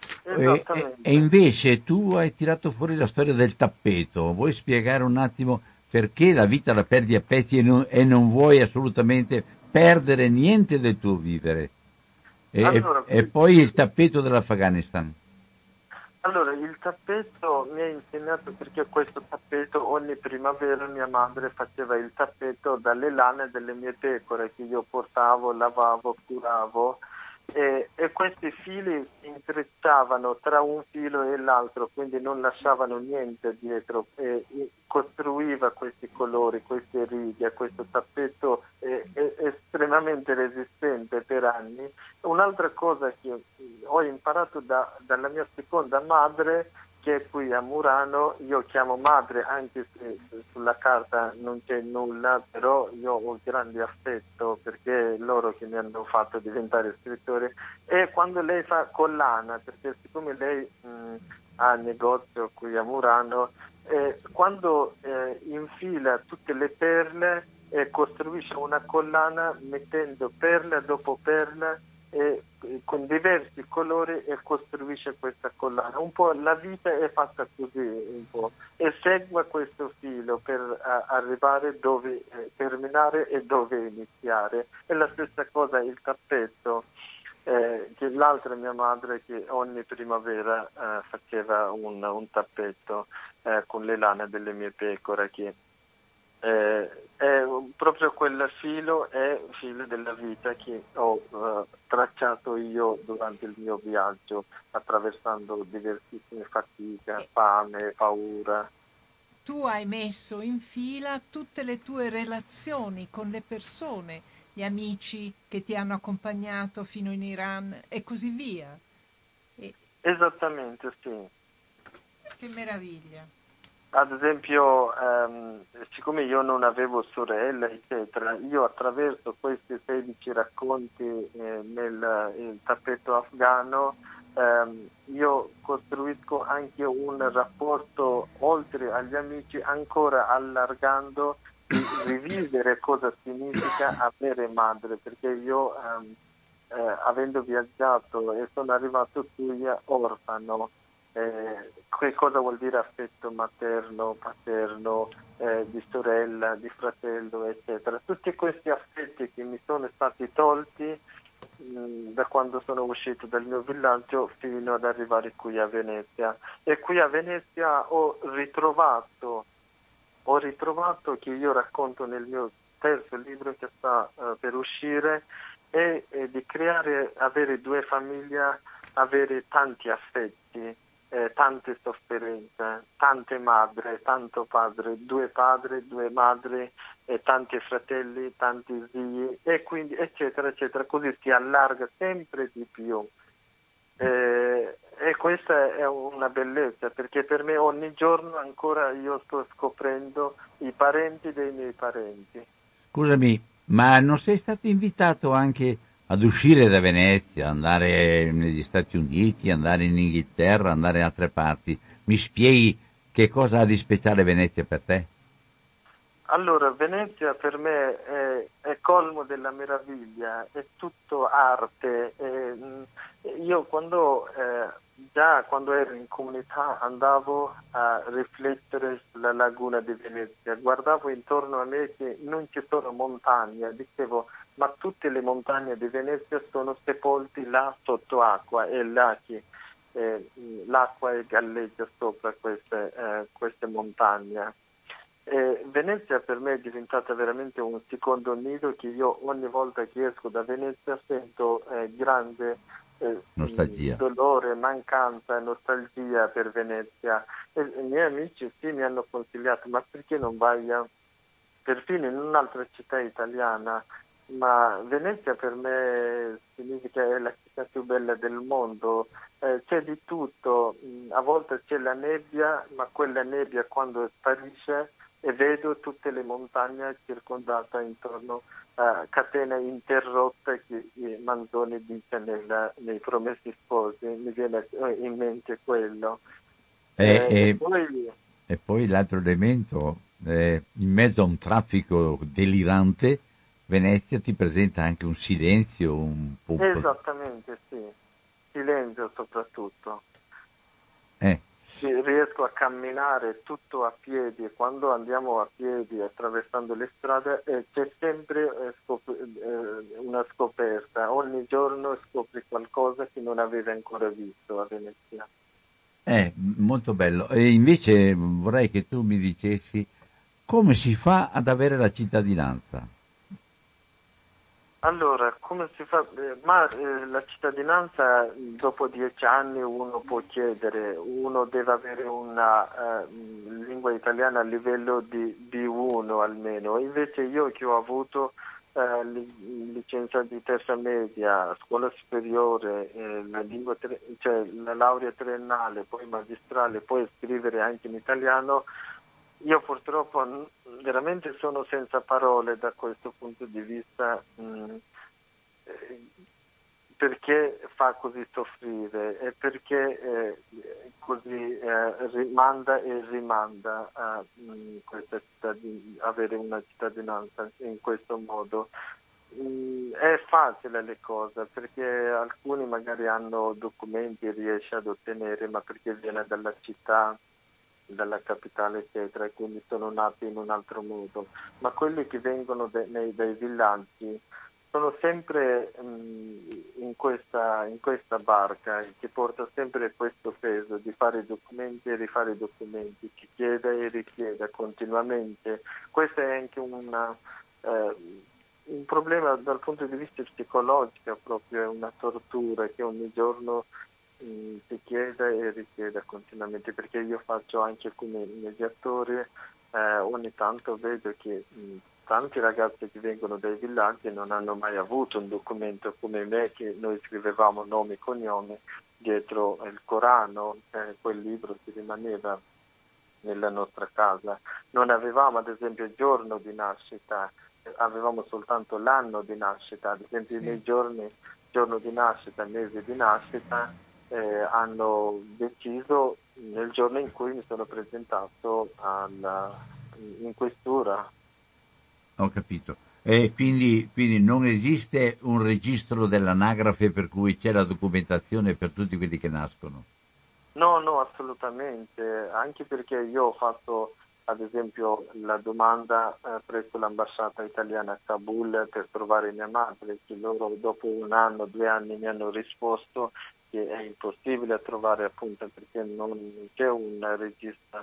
E Esattamente. invece tu hai tirato fuori la storia del tappeto. Vuoi spiegare un attimo perché la vita la perdi a pezzi e non vuoi assolutamente perdere niente del tuo vivere? Allora, E poi il tappeto dell'Afghanistan. Allora, il tappeto mi ha insegnato, perché questo tappeto ogni primavera mia madre faceva il tappeto dalle lane delle mie pecore che io portavo, lavavo, curavo, e questi fili si intrecciavano tra un filo e l'altro, quindi non lasciavano niente dietro, e costruiva questi colori, queste righe, questo tappeto è estremamente resistente per anni. Un'altra cosa che ho imparato dalla mia seconda madre, che è qui a Murano, io chiamo madre anche se sulla carta non c'è nulla, però io ho grande affetto perché è loro che mi hanno fatto diventare scrittore, e quando lei fa collana, perché siccome lei ha negozio qui a Murano, quando infila tutte le perle e costruisce una collana mettendo perla dopo perla con diversi colori, e costruisce questa collana. Un po' la vita è fatta così, un po', e segue questo filo per arrivare dove terminare e dove iniziare. È la stessa cosa il tappeto, che l'altra mia madre che ogni primavera faceva un tappetto con le lane delle mie pecore, che è proprio quel filo, è il filo della vita che ho tracciato io durante il mio viaggio, attraversando diversissime fatiche, fame, paura. Tu hai messo in fila tutte le tue relazioni con le persone, gli amici che ti hanno accompagnato fino in Iran e così via. E Esattamente, sì. che meraviglia. Ad esempio, siccome io non avevo sorelle, eccetera, io attraverso questi 16 racconti nel il tappeto afghano, io costruisco anche un rapporto oltre agli amici, ancora allargando, di rivivere cosa significa avere madre, perché io avendo viaggiato e sono arrivato qui orfano, che cosa vuol dire affetto materno, paterno, di sorella, di fratello, eccetera. Tutti questi aspetti che mi sono stati tolti da quando sono uscito dal mio villaggio fino ad arrivare qui a Venezia. E qui a Venezia ho ritrovato che io racconto nel mio terzo libro che sta per uscire, e di creare, avere due famiglie, avere tanti affetti, tante sofferenze, tante madri, tanto padri, due madri, tanti fratelli, tanti zii, e quindi eccetera eccetera, così si allarga sempre di più. E questa è una bellezza, perché per me ogni giorno ancora io sto scoprendo i parenti dei miei parenti. Scusami, ma non sei stato invitato anche ad uscire da Venezia, andare negli Stati Uniti, andare in Inghilterra, andare in altre parti? Mi spieghi che cosa ha di speciale Venezia per te? Allora, Venezia per me è colmo della meraviglia, è tutto arte. Io già quando ero in comunità andavo a riflettere sulla laguna di Venezia, guardavo intorno a me che non ci sono montagne, dicevo, ma tutte le montagne di Venezia sono sepolte là sotto acqua, e là che l'acqua galleggia sopra queste montagne. Venezia per me è diventata veramente un secondo nido, che io ogni volta che esco da Venezia sento grande Nostalgia. dolore, mancanza e nostalgia per Venezia. E i miei amici sì mi hanno consigliato, ma perché non vai perfino in un'altra città italiana? Ma Venezia per me significa è la città più bella del mondo. C'è di tutto, a volte c'è la nebbia, ma quella nebbia quando sparisce e vedo tutte le montagne circondate intorno a catena interrotta che Manzoni dice nei Promessi Sposi, mi viene in mente quello. E poi l'altro elemento, in mezzo a un traffico delirante, Venezia ti presenta anche un silenzio, un po'. Esattamente, sì, silenzio soprattutto. Eh. Riesco a camminare tutto a piedi, e quando andiamo a piedi attraversando le strade c'è sempre una scoperta, ogni giorno scopri qualcosa che non avevi ancora visto a Venezia. Molto bello. E invece vorrei che tu mi dicessi come si fa ad avere la cittadinanza. Allora, come si fa? La cittadinanza dopo 10 anni uno può chiedere, uno deve avere una lingua italiana a livello di B1 almeno. Invece io che ho avuto licenza di terza media, scuola superiore, la laurea triennale, poi magistrale, poi scrivere anche in italiano, io purtroppo veramente sono senza parole da questo punto di vista, perché fa così soffrire e perché così rimanda e rimanda a avere una cittadinanza in questo modo. È facile le cose, perché alcuni magari hanno documenti e riesce ad ottenere, ma perché viene dalla città, dalla capitale eccetera, e quindi sono nati in un altro modo. Ma quelli che vengono dai villaggi sono sempre in questa barca che porta sempre questo peso di fare documenti e rifare documenti, che chiede e richiede continuamente. Questo è anche un problema dal punto di vista psicologico, proprio è una tortura che ogni giorno si chiede e richiede continuamente, perché io faccio anche come mediatore, ogni tanto vedo che tanti ragazzi che vengono dai villaggi non hanno mai avuto un documento come me, che noi scrivevamo nome e cognome dietro il Corano, quel libro che rimaneva nella nostra casa. Non avevamo ad esempio il giorno di nascita, avevamo soltanto l'anno di nascita, ad esempio i miei giorno di nascita, mese di nascita, hanno deciso nel giorno in cui mi sono presentato in questura. Ho capito. E quindi non esiste un registro dell'anagrafe per cui c'è la documentazione per tutti quelli che nascono? No, assolutamente, anche perché io ho fatto ad esempio la domanda presso l'ambasciata italiana a Kabul per trovare mia madre, che loro dopo 1 anno, 2 anni mi hanno risposto che è impossibile trovare, appunto perché non c'è un registro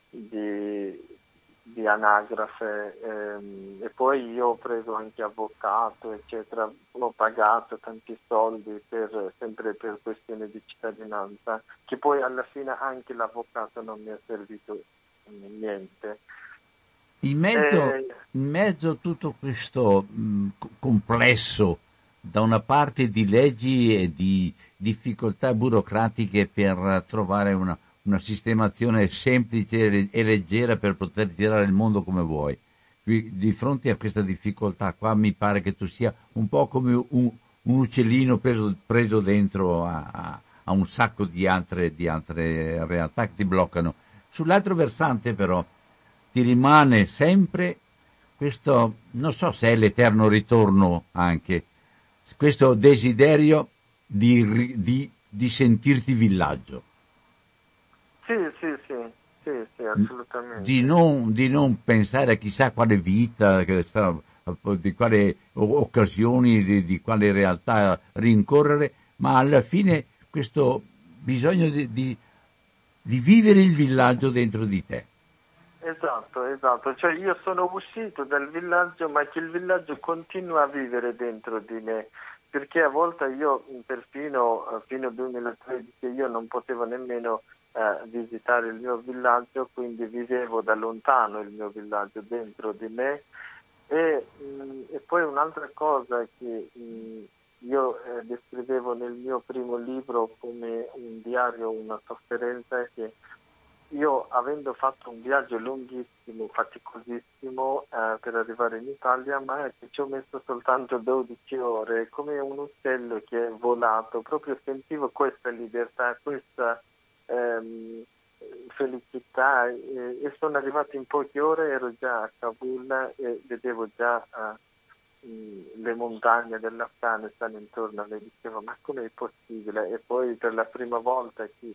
di anagrafe, e poi io ho preso anche avvocato, eccetera, ho pagato tanti soldi sempre per questione di cittadinanza, che poi alla fine anche l'avvocato non mi è servito niente. In mezzo a tutto questo complesso, da una parte di leggi e di difficoltà burocratiche per trovare una sistemazione semplice e leggera per poter girare il mondo come vuoi. Di fronte a questa difficoltà qua mi pare che tu sia un po' come un uccellino preso dentro a un sacco di altre realtà che ti bloccano. Sull'altro versante però ti rimane sempre questo, non so se è l'eterno ritorno anche, questo desiderio di sentirti villaggio. Sì, assolutamente. Di non pensare a chissà quale vita, di quale occasioni, di quale realtà rincorrere, ma alla fine questo bisogno di vivere il villaggio dentro di te. Esatto, cioè io sono uscito dal villaggio, ma che il villaggio continua a vivere dentro di me, perché a volte io perfino fino al 2013 io non potevo nemmeno visitare il mio villaggio, quindi vivevo da lontano il mio villaggio dentro di me. E poi un'altra cosa che io descrivevo nel mio primo libro come un diario, una sofferenza, è che io, avendo fatto un viaggio lunghissimo, faticosissimo per arrivare in Italia, ma ci ho messo soltanto 12 ore, come un uccello che è volato, proprio sentivo questa libertà, questa felicità, e sono arrivato in poche ore, ero già a Kabul e vedevo già le montagne dell'Afghanistan intorno a me, dicevo ma com'è possibile? E poi per la prima volta che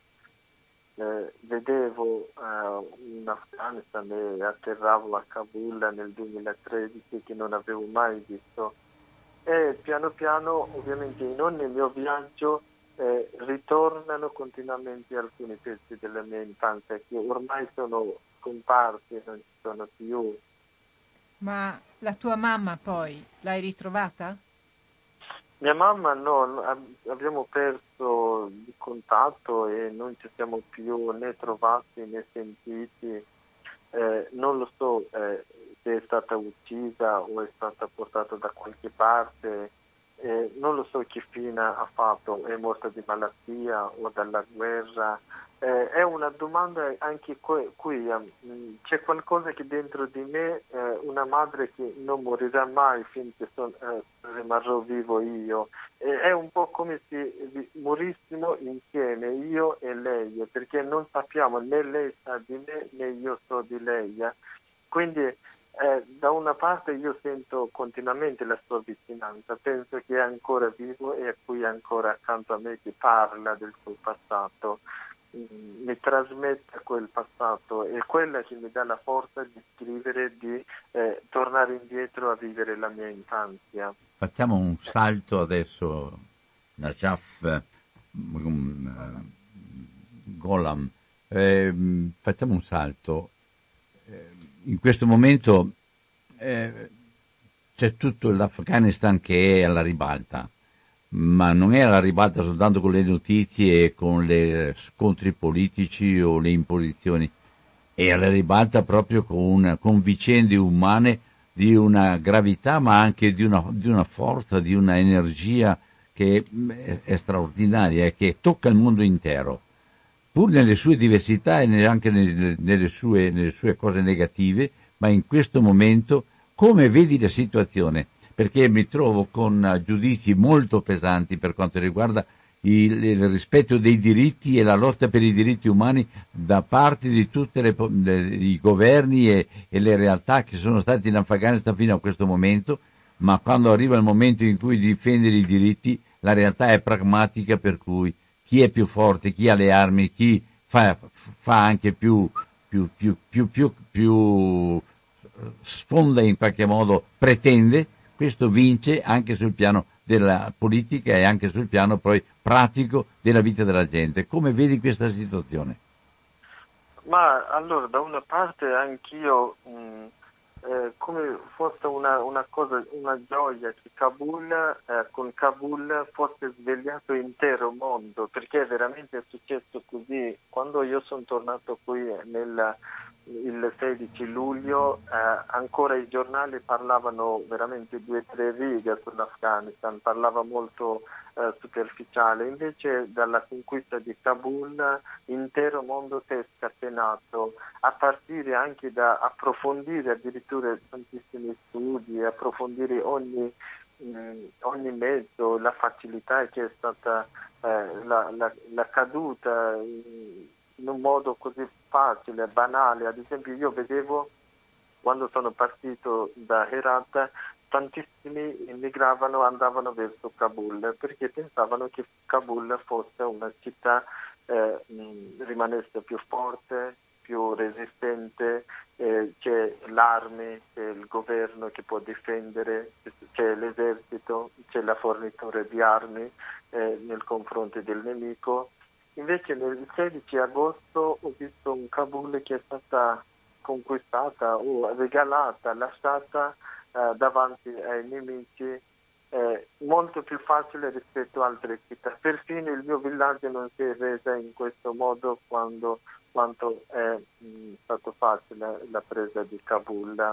vedevo in Afghanistan e atterravo a Kabul nel 2013, che non avevo mai visto, e piano piano ovviamente in ogni mio viaggio ritornano continuamente alcuni pezzi della mia infanzia che ormai sono scomparsi e non ci sono più. Ma la tua mamma poi l'hai ritrovata? Mia mamma no, abbiamo perso il contatto e non ci siamo più né trovati né sentiti. Non lo so se è stata uccisa o è stata portata da qualche parte. Non lo so che fine ha fatto, è morta di malattia o dalla guerra. È una domanda anche qui, c'è qualcosa che dentro di me, una madre che non morirà mai finché rimarrò vivo io. È un po' come se morissimo insieme, io e lei, perché non sappiamo, né lei sa di me né io so di lei. Quindi da una parte io sento continuamente la sua vicinanza, penso che è ancora vivo e è qui ancora accanto a me, che parla del suo passato, mi trasmette quel passato, è quella che mi dà la forza di scrivere, di tornare indietro a vivere la mia infanzia. Facciamo un salto adesso, Najaf Golam, facciamo un salto. In questo momento c'è tutto l'Afghanistan che è alla ribalta, ma non è alla ribalta soltanto con le notizie e con le scontri politici o le imposizioni, è alla ribalta proprio con vicende umane di una gravità, ma anche di una forza, di una energia che è straordinaria e che tocca il mondo intero, pur nelle sue diversità e anche nelle sue cose negative. Ma in questo momento come vedi la situazione? Perché mi trovo con giudizi molto pesanti per quanto riguarda il rispetto dei diritti e la lotta per i diritti umani da parte di tutti i governi e le realtà che sono state in Afghanistan fino a questo momento, ma quando arriva il momento in cui difendere i diritti, la realtà è pragmatica, per cui chi è più forte, chi ha le armi, chi fa anche più sfonda in qualche modo, pretende, questo vince anche sul piano della politica e anche sul piano poi pratico della vita della gente. Come vedi questa situazione? Ma allora, da una parte anch'io, come fosse una cosa, una gioia che con Kabul fosse svegliato l'intero mondo, perché veramente è successo così. Quando io sono tornato qui il 16 luglio, ancora i giornali parlavano veramente 2 o 3 righe sull'Afghanistan, parlava molto superficiale. Invece dalla conquista di Kabul l'intero mondo si è scatenato, a partire anche da approfondire addirittura tantissimi studi, approfondire ogni mezzo, la facilità che è stata la caduta in un modo così facile, banale. Ad esempio io vedevo, quando sono partito da Herat, tantissimi andavano verso Kabul, perché pensavano che Kabul fosse una città, rimanesse più forte, più resistente, c'è l'armi, c'è il governo che può difendere, c'è l'esercito, c'è la fornitura di armi nel confronto del nemico. Invece nel 16 agosto ho visto un Kabul che è stata conquistata o regalata, lasciata davanti ai nemici, molto più facile rispetto a altre città. Perfino il mio villaggio non si è reso in questo modo quanto è stato facile la presa di Kabul.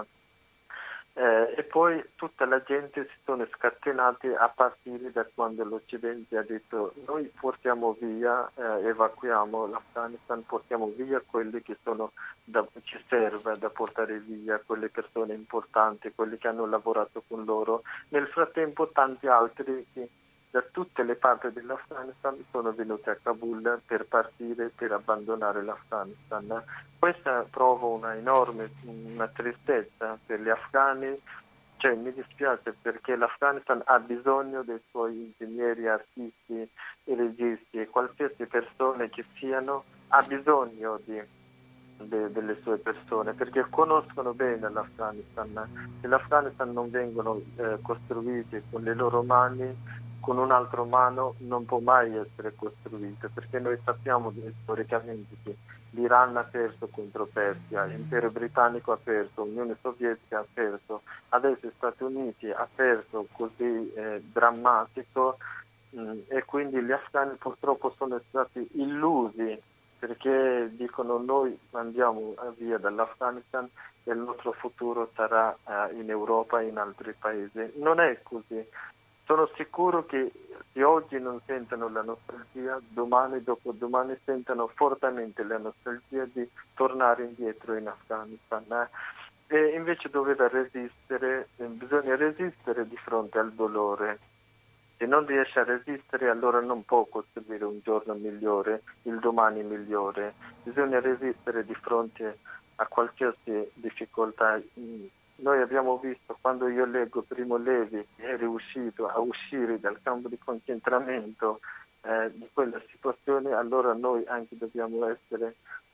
E poi tutta la gente si sono scatenati a partire da quando l'Occidente ha detto: noi portiamo via, evacuiamo l'Afghanistan, portiamo via quelli che ci serve da portare via, quelle persone importanti, quelli che hanno lavorato con loro. Nel frattempo tanti altri che da tutte le parti dell'Afghanistan sono venuti a Kabul per partire, per abbandonare l'Afghanistan. Questa prova una tristezza per gli afghani, cioè mi dispiace, perché l'Afghanistan ha bisogno dei suoi ingegneri, artisti, registi e qualsiasi persone che siano, ha bisogno delle sue persone, perché conoscono bene l'Afghanistan. Se l'Afghanistan non vengono costruiti con le loro mani, con un altro mano non può mai essere costruito, perché noi sappiamo storicamente che l'Iran ha perso contro Persia, l'impero britannico ha perso, l'Unione Sovietica ha perso, adesso gli Stati Uniti ha perso così drammatico, e quindi gli afghani purtroppo sono stati illusi, perché dicono: noi andiamo via dall'Afghanistan e il nostro futuro sarà in Europa e in altri paesi. Non è così. Sono sicuro che se oggi non sentono la nostalgia, domani, dopodomani sentono fortemente la nostalgia di tornare indietro in Afghanistan. E invece bisogna resistere di fronte al dolore. Se non riesce a resistere, allora non può costruire un giorno migliore, il domani migliore. Bisogna resistere di fronte a qualsiasi difficoltà. Noi abbiamo visto, quando io leggo Primo Levi, che è riuscito a uscire dal campo di concentramento di quella situazione, allora noi anche dobbiamo essere,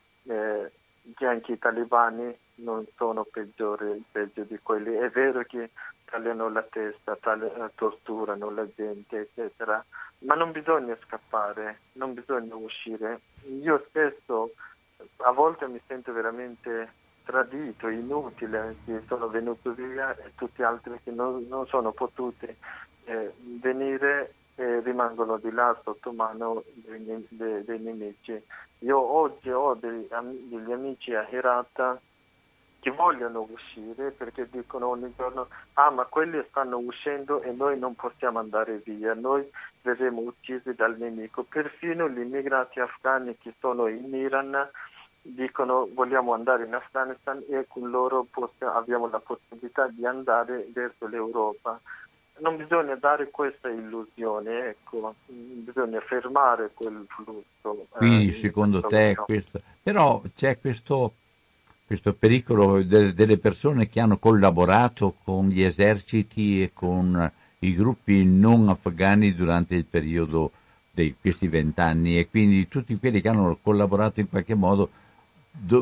che anche i talebani non sono peggio di quelli. È vero che tagliano la testa, torturano la gente, eccetera, ma non bisogna scappare, non bisogna uscire. Io stesso a volte mi sento veramente tradito, inutile, che sono venuto via e tutti altri che non sono potuti venire e rimangono di là sotto mano dei nemici. Io oggi ho degli amici a Herat che vogliono uscire, perché dicono ogni giorno: ma quelli stanno uscendo e noi non possiamo andare via, noi verremo uccisi dal nemico. Perfino gli immigrati afghani che sono in Iran dicono: vogliamo andare in Afghanistan e con loro abbiamo la possibilità di andare verso l'Europa. Non bisogna dare questa illusione, ecco, bisogna fermare quel flusso. Quindi secondo te però c'è questo pericolo delle persone che hanno collaborato con gli eserciti e con i gruppi non afghani durante il periodo di questi 20 anni, e quindi tutti quelli che hanno collaborato in qualche modo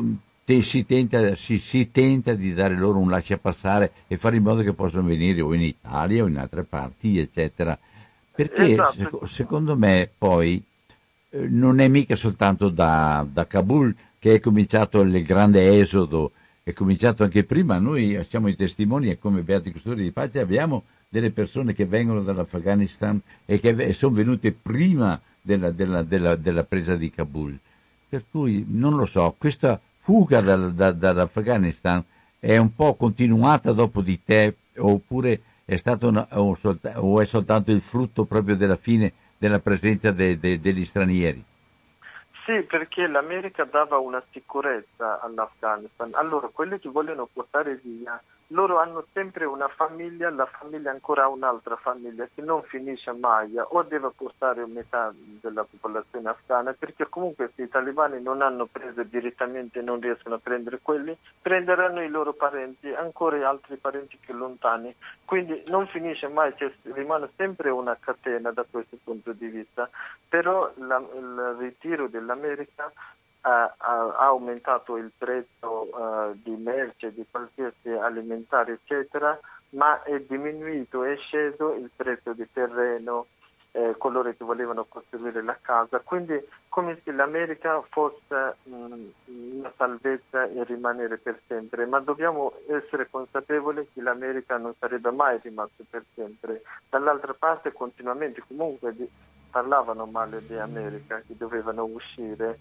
si tenta di dare loro un lasciapassare e fare in modo che possano venire o in Italia o in altre parti, eccetera. Perché Esatto. secondo me poi non è mica soltanto da Kabul che è cominciato il grande esodo, è cominciato anche prima. Noi siamo i testimoni e come Beati Custori di Pace abbiamo delle persone che vengono dall'Afghanistan e che sono venute prima della presa di Kabul. Per cui non lo so, questa fuga dall'Afghanistan è un po' continuata dopo di te oppure è stato o è soltanto il frutto proprio della fine della presenza degli stranieri? Sì, perché l'America dava una sicurezza all'Afghanistan. Allora, quelli che vogliono portare via, loro hanno sempre una famiglia, la famiglia ancora ha un'altra famiglia che non finisce mai, o deve portare metà della popolazione afghana, perché comunque se i talebani non hanno preso direttamente, non riescono a prendere quelli, prenderanno i loro parenti, ancora altri parenti più lontani. Quindi non finisce mai, rimane sempre una catena da questo punto di vista. Però il ritiro dell'America ha aumentato il prezzo di merce, di qualsiasi alimentare, eccetera, ma è diminuito, è sceso il prezzo di terreno, coloro che volevano costruire la casa. Quindi come se l'America fosse una salvezza e rimanere per sempre, ma dobbiamo essere consapevoli che l'America non sarebbe mai rimasta per sempre. Dall'altra parte continuamente comunque parlavano male di America, che dovevano uscire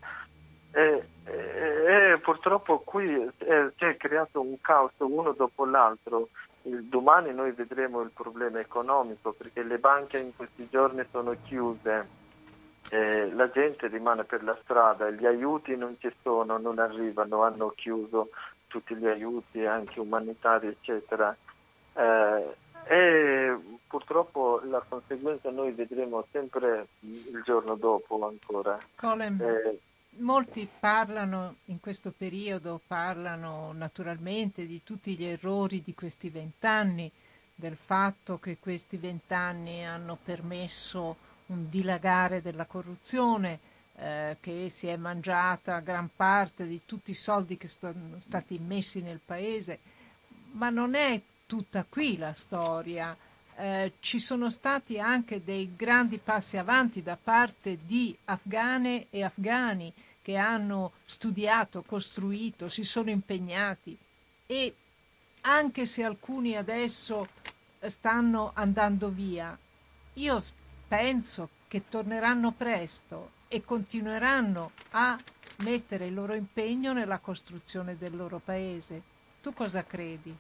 e purtroppo qui si è creato un caos uno dopo l'altro. Domani noi vedremo il problema economico perché le banche in questi giorni sono chiuse, la gente rimane per la strada, gli aiuti non ci sono, non arrivano, hanno chiuso tutti gli aiuti anche umanitari eccetera. E purtroppo la conseguenza noi vedremo sempre il giorno dopo ancora. Colin, molti parlano in questo periodo, parlano naturalmente di tutti gli errori di questi 20 anni, del fatto che questi 20 anni hanno permesso un dilagare della corruzione, che si è mangiata gran parte di tutti i soldi che sono stati messi nel paese, ma non è tutta qui la storia. Ci sono stati anche dei grandi passi avanti da parte di afghane e afghani che hanno studiato, costruito, si sono impegnati e anche se alcuni adesso stanno andando via, io penso che torneranno presto e continueranno a mettere il loro impegno nella costruzione del loro paese. Tu cosa credi?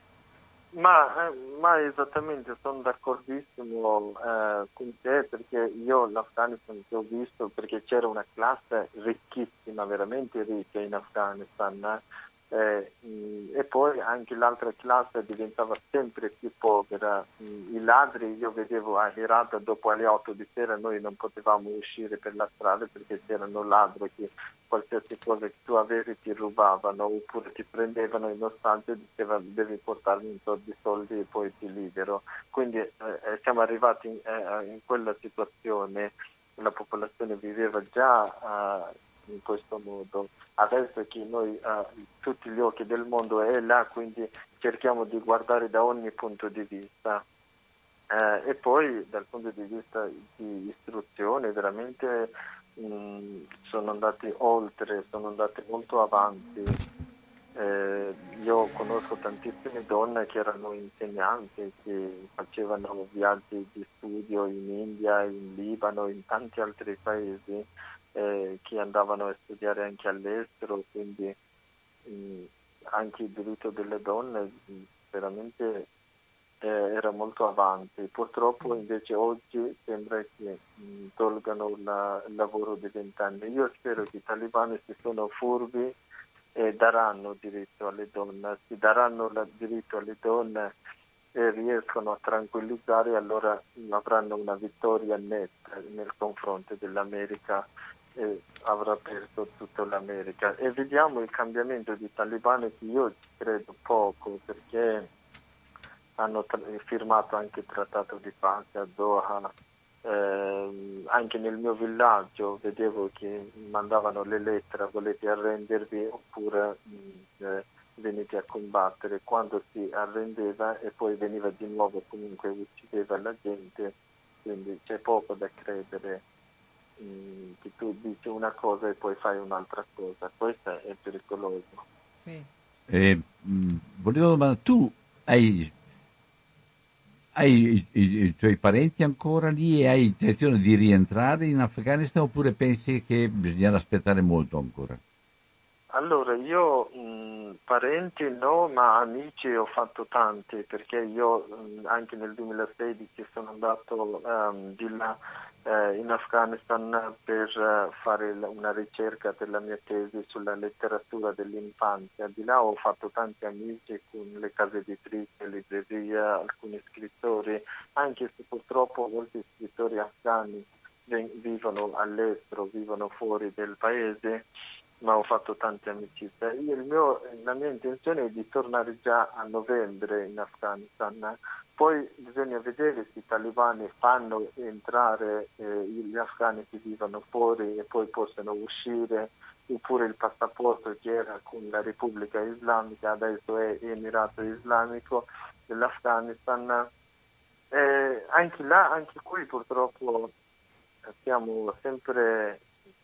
Ma esattamente, sono d'accordissimo con te perché io l'Afghanistan che ho visto, perché c'era una classe ricchissima, veramente ricca in Afghanistan, e poi anche l'altra classe diventava sempre più povera. I ladri, io vedevo a Herat dopo alle 8 di sera noi non potevamo uscire per la strada perché c'erano ladri che qualsiasi cosa che tu avevi ti rubavano oppure ti prendevano in ostaggio e diceva devi portarmi un po' di soldi e poi ti libero. Quindi siamo arrivati in quella situazione, la popolazione viveva già in questo modo. Adesso che noi tutti gli occhi del mondo è là, quindi cerchiamo di guardare da ogni punto di vista. E poi dal punto di vista di istruzione veramente sono andati oltre, sono andati molto avanti. Io conosco tantissime donne che erano insegnanti, che facevano viaggi di studio in India, in Libano, in tanti altri paesi, che andavano a studiare anche all'estero, quindi anche il diritto delle donne veramente era molto avanti. Purtroppo invece oggi sembra che tolgano il lavoro di 20 anni. Io spero che i talebani si sono furbi e daranno diritto alle donne, si daranno il diritto alle donne e riescono a tranquillizzare, allora avranno una vittoria netta nel confronto dell'America e avrà perso tutta l'America. E vediamo il cambiamento di talebani che io ci credo poco perché hanno firmato anche il trattato di pace a Doha Anche nel mio villaggio vedevo che mandavano le lettere: volete arrendervi oppure venite a combattere. Quando si arrendeva e poi veniva di nuovo, comunque uccideva la gente, quindi c'è poco da credere che tu dici una cosa e poi fai un'altra cosa. Questo è pericoloso. Sì. Volevo domandare, tu hai i tuoi parenti ancora lì e hai intenzione di rientrare in Afghanistan oppure pensi che bisognerà aspettare molto ancora? Allora, io parenti no, ma amici ho fatto tanti, perché io anche nel 2016 sono andato di là in Afghanistan per fare una ricerca per la mia tesi sulla letteratura dell'infanzia. Di là ho fatto tanti amici con le case editrici, librerie, alcuni scrittori, anche se purtroppo molti scrittori afghani vivono all'estero, vivono fuori del paese, ma ho fatto tante amicizie. La mia intenzione è di tornare già a novembre in Afghanistan. Poi bisogna vedere se i talebani fanno entrare gli afghani che vivono fuori e poi possono uscire, oppure il passaporto che era con la Repubblica Islamica adesso è Emirato Islamico dell'Afghanistan. Anche là, anche qui purtroppo siamo sempre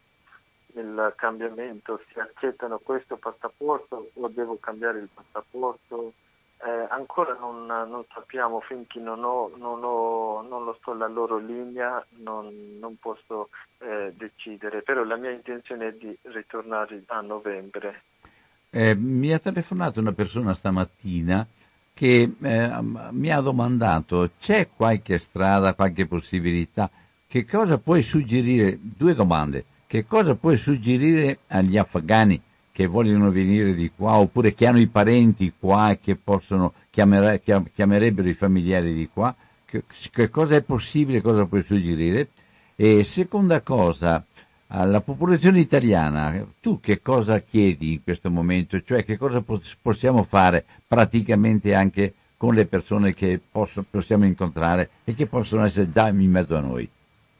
nel cambiamento: si accettano questo passaporto o devo cambiare il passaporto? Ancora non sappiamo, finché non lo so la loro linea, non posso decidere, però la mia intenzione è di ritornare a novembre. Mi ha telefonato una persona stamattina che mi ha domandato: c'è qualche strada, qualche possibilità? Che cosa puoi suggerire? Due domande. Che cosa puoi suggerire agli afghani che vogliono venire di qua oppure che hanno i parenti qua e che possono chiamerebbero i familiari di qua? Che cosa è possibile, cosa puoi suggerire? E seconda cosa, alla popolazione italiana, tu che cosa chiedi in questo momento? Cioè che cosa possiamo fare praticamente anche con le persone che possiamo incontrare e che possono essere già in mezzo a noi?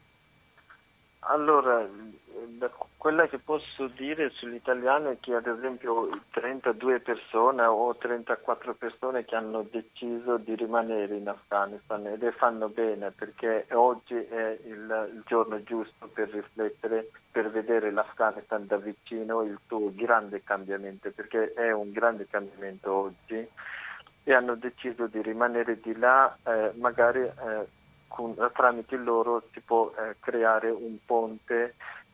Allora, quella che posso dire sull'italiano è che ad esempio 32 persone o 34 persone che hanno deciso di rimanere in Afghanistan, ed fanno bene, perché oggi è il giorno giusto per riflettere, per vedere l'Afghanistan da vicino, il suo grande cambiamento, perché è un grande cambiamento oggi, e hanno deciso di rimanere di là, magari tramite loro si può creare un ponte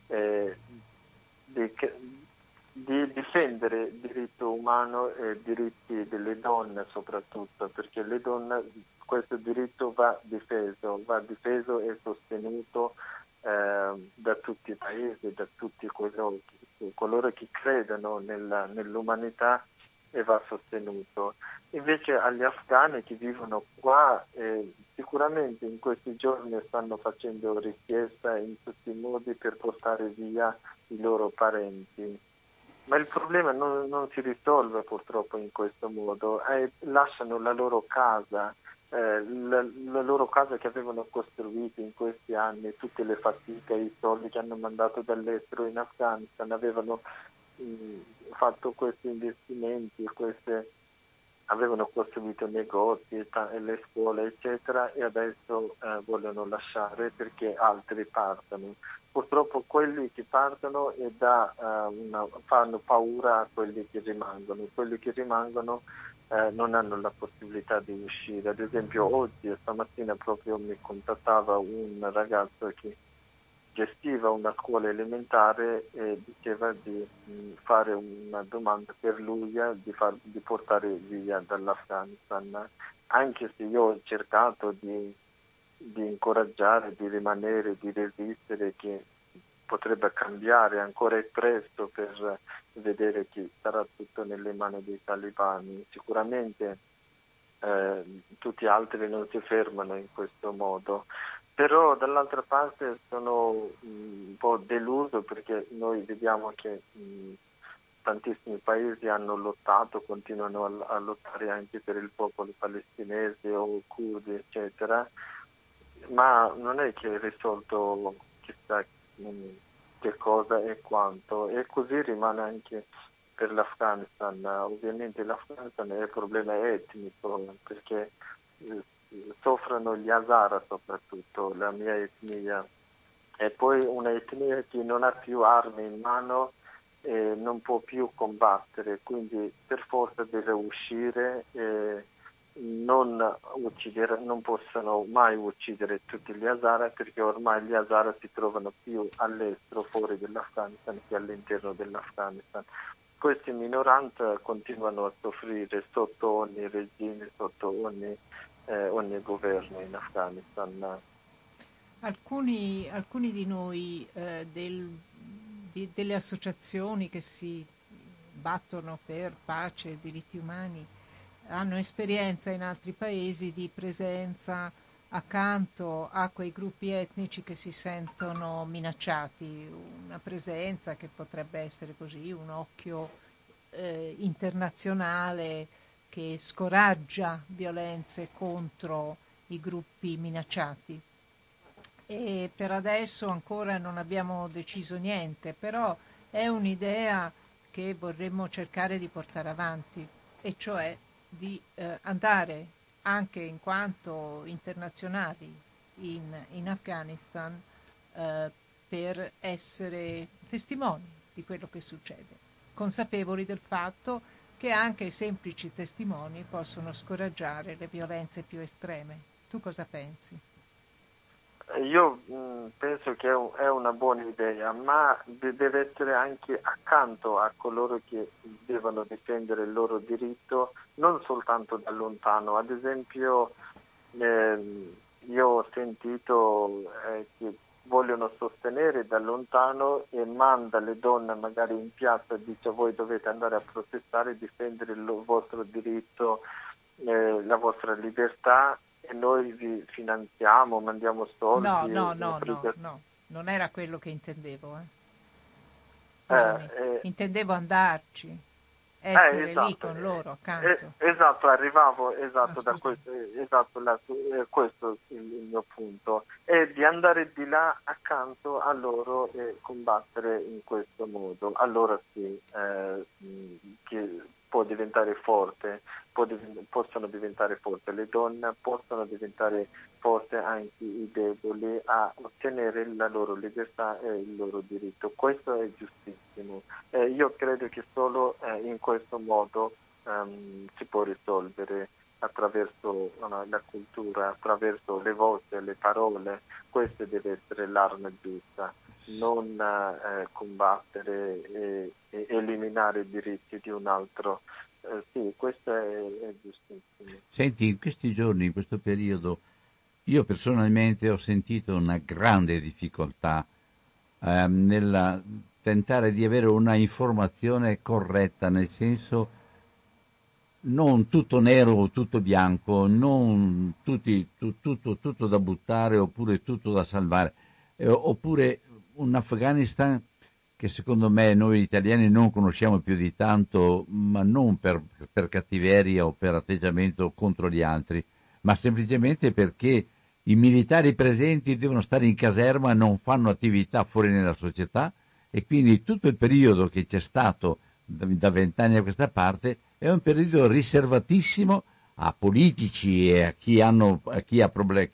di, di difendere il diritto umano e i diritti delle donne soprattutto, perché le donne, questo diritto va difeso e sostenuto da tutti i paesi, da tutti coloro che credono nell'umanità, e va sostenuto. Invece agli afghani che vivono qua, sicuramente in questi giorni stanno facendo richiesta in tutti i modi per portare via i loro parenti, ma il problema non si risolve purtroppo in questo modo. Lasciano la loro casa, la loro casa che avevano costruito in questi anni, tutte le fatiche, i soldi che hanno mandato dall'estero in Afghanistan, avevano fatto questi investimenti, avevano costruito negozi, le scuole eccetera, e adesso vogliono lasciare perché altri partono. Purtroppo quelli che partono fanno paura a quelli che rimangono non hanno la possibilità di uscire. Ad esempio oggi, stamattina proprio mi contattava un ragazzo che gestiva una scuola elementare e diceva di fare una domanda per lui di portare via dall'Afghanistan, anche se io ho cercato di incoraggiare, di rimanere, di resistere, che potrebbe cambiare, ancora è presto per vedere che sarà tutto nelle mani dei talebani. Sicuramente tutti gli altri non si fermano in questo modo. Però dall'altra parte sono un po' deluso, perché noi vediamo che tantissimi paesi hanno lottato, continuano a lottare anche per il popolo palestinese o curdi, eccetera. ma non è che è risolto chissà che cosa e quanto, e così rimane anche per l'Afghanistan. Ovviamente l'Afghanistan è un problema etnico, perché soffrono gli Hazara soprattutto, la mia etnia, e poi un'etnia che non ha più armi in mano e non può più combattere, quindi per forza deve uscire. Non possono mai uccidere tutti gli Hazara, perché ormai gli Hazara si trovano più all'estero, fuori dell'Afghanistan, che all'interno dell'Afghanistan. Queste minoranze continuano a soffrire sotto ogni regime, sotto ogni governo in Afghanistan. Alcuni di noi delle associazioni che si battono per pace e diritti umani hanno esperienza in altri paesi di presenza accanto a quei gruppi etnici che si sentono minacciati, una presenza che potrebbe essere così un occhio internazionale che scoraggia violenze contro i gruppi minacciati. E per adesso ancora non abbiamo deciso niente, però è un'idea che vorremmo cercare di portare avanti, e cioè di andare anche in quanto internazionali in Afghanistan per essere testimoni di quello che succede, consapevoli del fatto che anche i semplici testimoni possono scoraggiare le violenze più estreme. Tu cosa pensi? Io penso che è una buona idea, ma deve essere anche accanto a coloro che devono difendere il loro diritto, non soltanto da lontano. Ad esempio, io ho sentito che vogliono sostenere da lontano e manda le donne magari in piazza e dice: voi dovete andare a protestare e difendere il vostro diritto, la vostra libertà, e noi vi finanziamo, mandiamo No, soldi. no, no, no, no, non era quello che intendevo. Eh, Scusami, eh, intendevo andarci, essere lì esatto, con loro accanto. esatto, arrivavo Ah, da scusa. questo, esatto, questo è il mio punto, è di andare di là accanto a loro e combattere in questo modo. Allora sì, che può diventare forte, possono diventare forti le donne, possono diventare forti anche i deboli a ottenere la loro libertà e il loro diritto. Questo è giustissimo. Io credo che solo in questo modo si può risolvere, attraverso la cultura, attraverso le voci, le parole. Questa deve essere l'arma giusta, non combattere e eliminare i diritti di un altro. Sì, questo è giustissimo. Senti, in questi giorni, in questo periodo, io personalmente ho sentito una grande difficoltà nel tentare di avere una informazione corretta, nel senso non tutto nero o tutto bianco, non tutto da buttare oppure tutto da salvare, oppure un Afghanistan che secondo me noi italiani non conosciamo più di tanto, ma non per cattiveria o per atteggiamento contro gli altri, ma semplicemente perché i militari presenti devono stare in caserma, non fanno attività fuori nella società, e quindi tutto il periodo che c'è stato da 20 anni a questa parte è un periodo riservatissimo a politici e a chi ha problemi,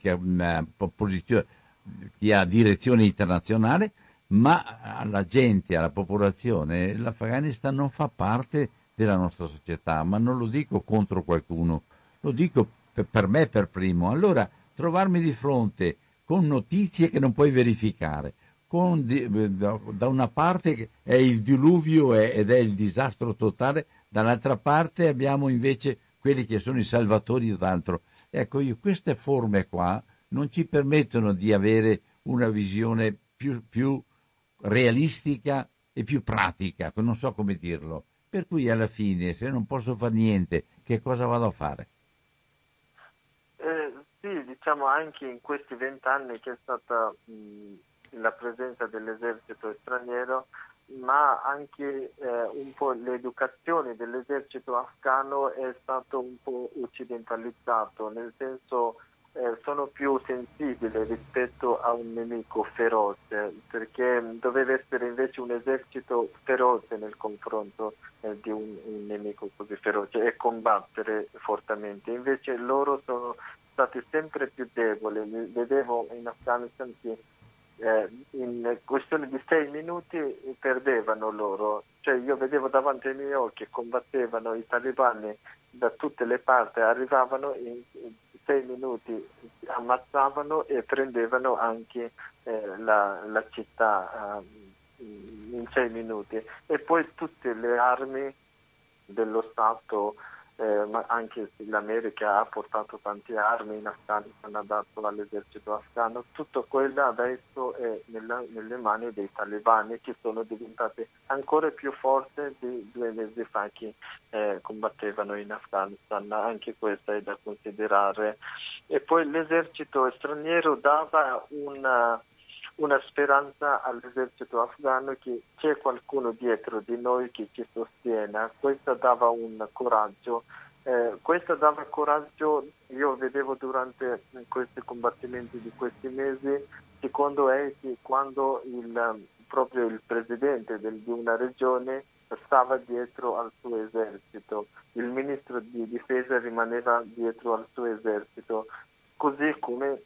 chi ha direzione internazionale, ma alla gente, alla popolazione. L'Afghanistan non fa parte della nostra società, ma non lo dico contro qualcuno, lo dico per me per primo. Allora, trovarmi di fronte con notizie che non puoi verificare, da una parte è il diluvio ed è il disastro totale, dall'altra parte abbiamo invece quelli che sono i salvatori d'altro. Ecco, queste forme qua non ci permettono di avere una visione più realistica e più pratica, non so come dirlo. Per cui alla fine, se non posso fare niente, che cosa vado a fare? Sì, diciamo anche in questi 20 anni che è stata la presenza dell'esercito straniero, ma anche un po' l'educazione dell'esercito afghano è stato un po' occidentalizzato, nel senso sono più sensibili rispetto a un nemico feroce, perché doveva essere invece un esercito feroce nel confronto di un nemico così feroce e combattere fortemente. Invece loro sono stati sempre più deboli. Vedevo in Afghanistan che in questione di 6 minuti perdevano loro, cioè io vedevo davanti ai miei occhi che combattevano i talebani da tutte le parti, arrivavano in 6 minuti, ammazzavano e prendevano anche la città in 6 minuti, e poi tutte le armi dello Stato, ma anche l'America ha portato tante armi in Afghanistan, ha dato all'esercito afghano, tutto quello adesso è nelle mani dei talebani, che sono diventati ancora più forti di 2 mesi fa che combattevano in Afghanistan. Anche questo è da considerare. E poi l'esercito straniero dava una speranza all'esercito afghano che c'è qualcuno dietro di noi che ci sostiene. Questo dava un coraggio. Questo dava coraggio, io vedevo durante questi combattimenti di questi mesi, secondo è che quando proprio il presidente di una regione stava dietro al suo esercito, il ministro di difesa rimaneva dietro al suo esercito, così come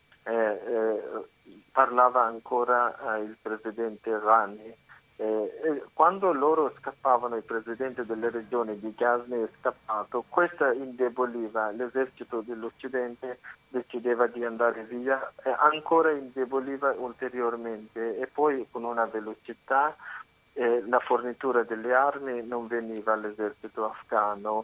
parlava ancora il presidente Rani. Quando loro scappavano, il presidente delle regioni di Ghazni è scappato, questo indeboliva l'esercito dell'Occidente, decideva di andare via, ancora indeboliva ulteriormente, e poi con una velocità la fornitura delle armi non veniva all'esercito afghano.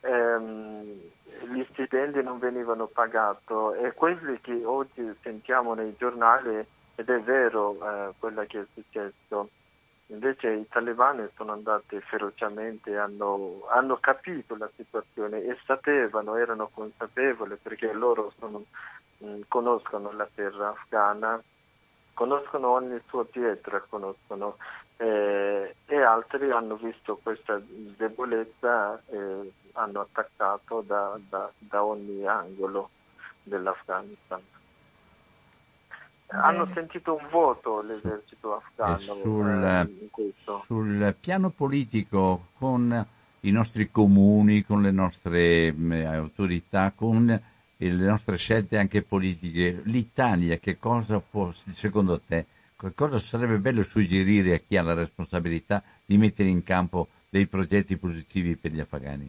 Gli stipendi non venivano pagati, e quelli che oggi sentiamo nei giornali, ed è vero quello che è successo. Invece i talebani sono andati ferocemente, hanno capito la situazione e sapevano, erano consapevoli, perché loro conoscono la terra afghana, conoscono ogni sua pietra, conoscono, e altri hanno visto questa debolezza e hanno attaccato da ogni angolo dell'Afghanistan. Hanno sentito un vuoto l'esercito afghano in questo. Sul piano politico, con i nostri comuni, con le nostre autorità, con le nostre scelte anche politiche, l'Italia che cosa può, secondo te, cosa sarebbe bello suggerire a chi ha la responsabilità di mettere in campo dei progetti positivi per gli afghani?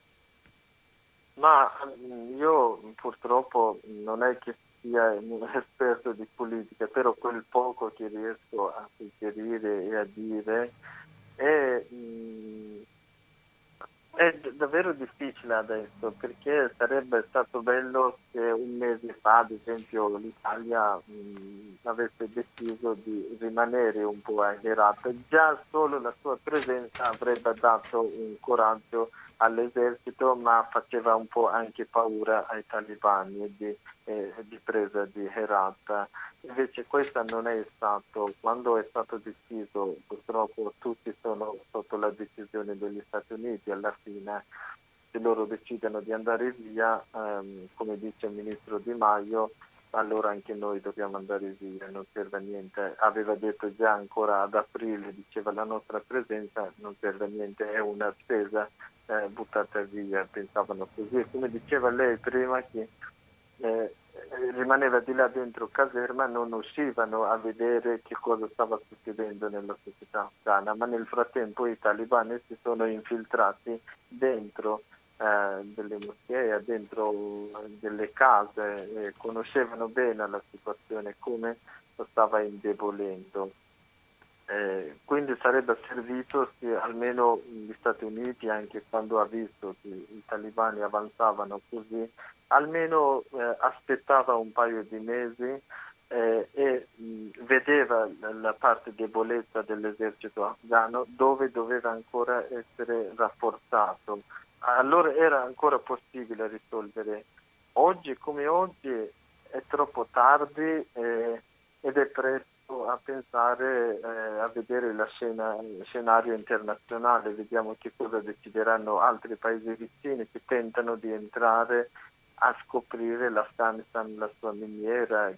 Ma io purtroppo non è che sia un esperto di politica, però quel poco che riesco a suggerire e a dire è davvero difficile adesso, perché sarebbe stato bello se un mese fa, ad esempio, l'Italia avesse deciso di rimanere un po' a Herat. Già solo la sua presenza avrebbe dato un coraggio all'esercito, ma faceva un po' anche paura ai talebani di presa di Herat. Invece questo non è stato. Quando è stato deciso, purtroppo tutti sono sotto la decisione degli Stati Uniti, alla fine se loro decidono di andare via, come dice il ministro Di Maio, allora anche noi dobbiamo andare via, non serve a niente. Aveva detto già ancora ad aprile, diceva la nostra presenza non serve a niente, è una spesa buttata via, pensavano così. Come diceva lei prima, che rimaneva di là dentro caserma, non uscivano a vedere che cosa stava succedendo nella società afghana, ma nel frattempo i talebani si sono infiltrati dentro delle moschee, dentro delle case, conoscevano bene la situazione, come lo stava indebolendo. Quindi sarebbe servito se almeno gli Stati Uniti, anche quando ha visto che i talebani avanzavano così, almeno aspettava un paio di mesi e vedeva la parte debolezza dell'esercito afghano, dove doveva ancora essere rafforzato. Allora era ancora possibile risolvere. Oggi come oggi è troppo tardi ed è presto a pensare, a vedere il scenario internazionale. Vediamo che cosa decideranno altri paesi vicini che tentano di entrare a scoprire l'Afghanistan, la sua miniera,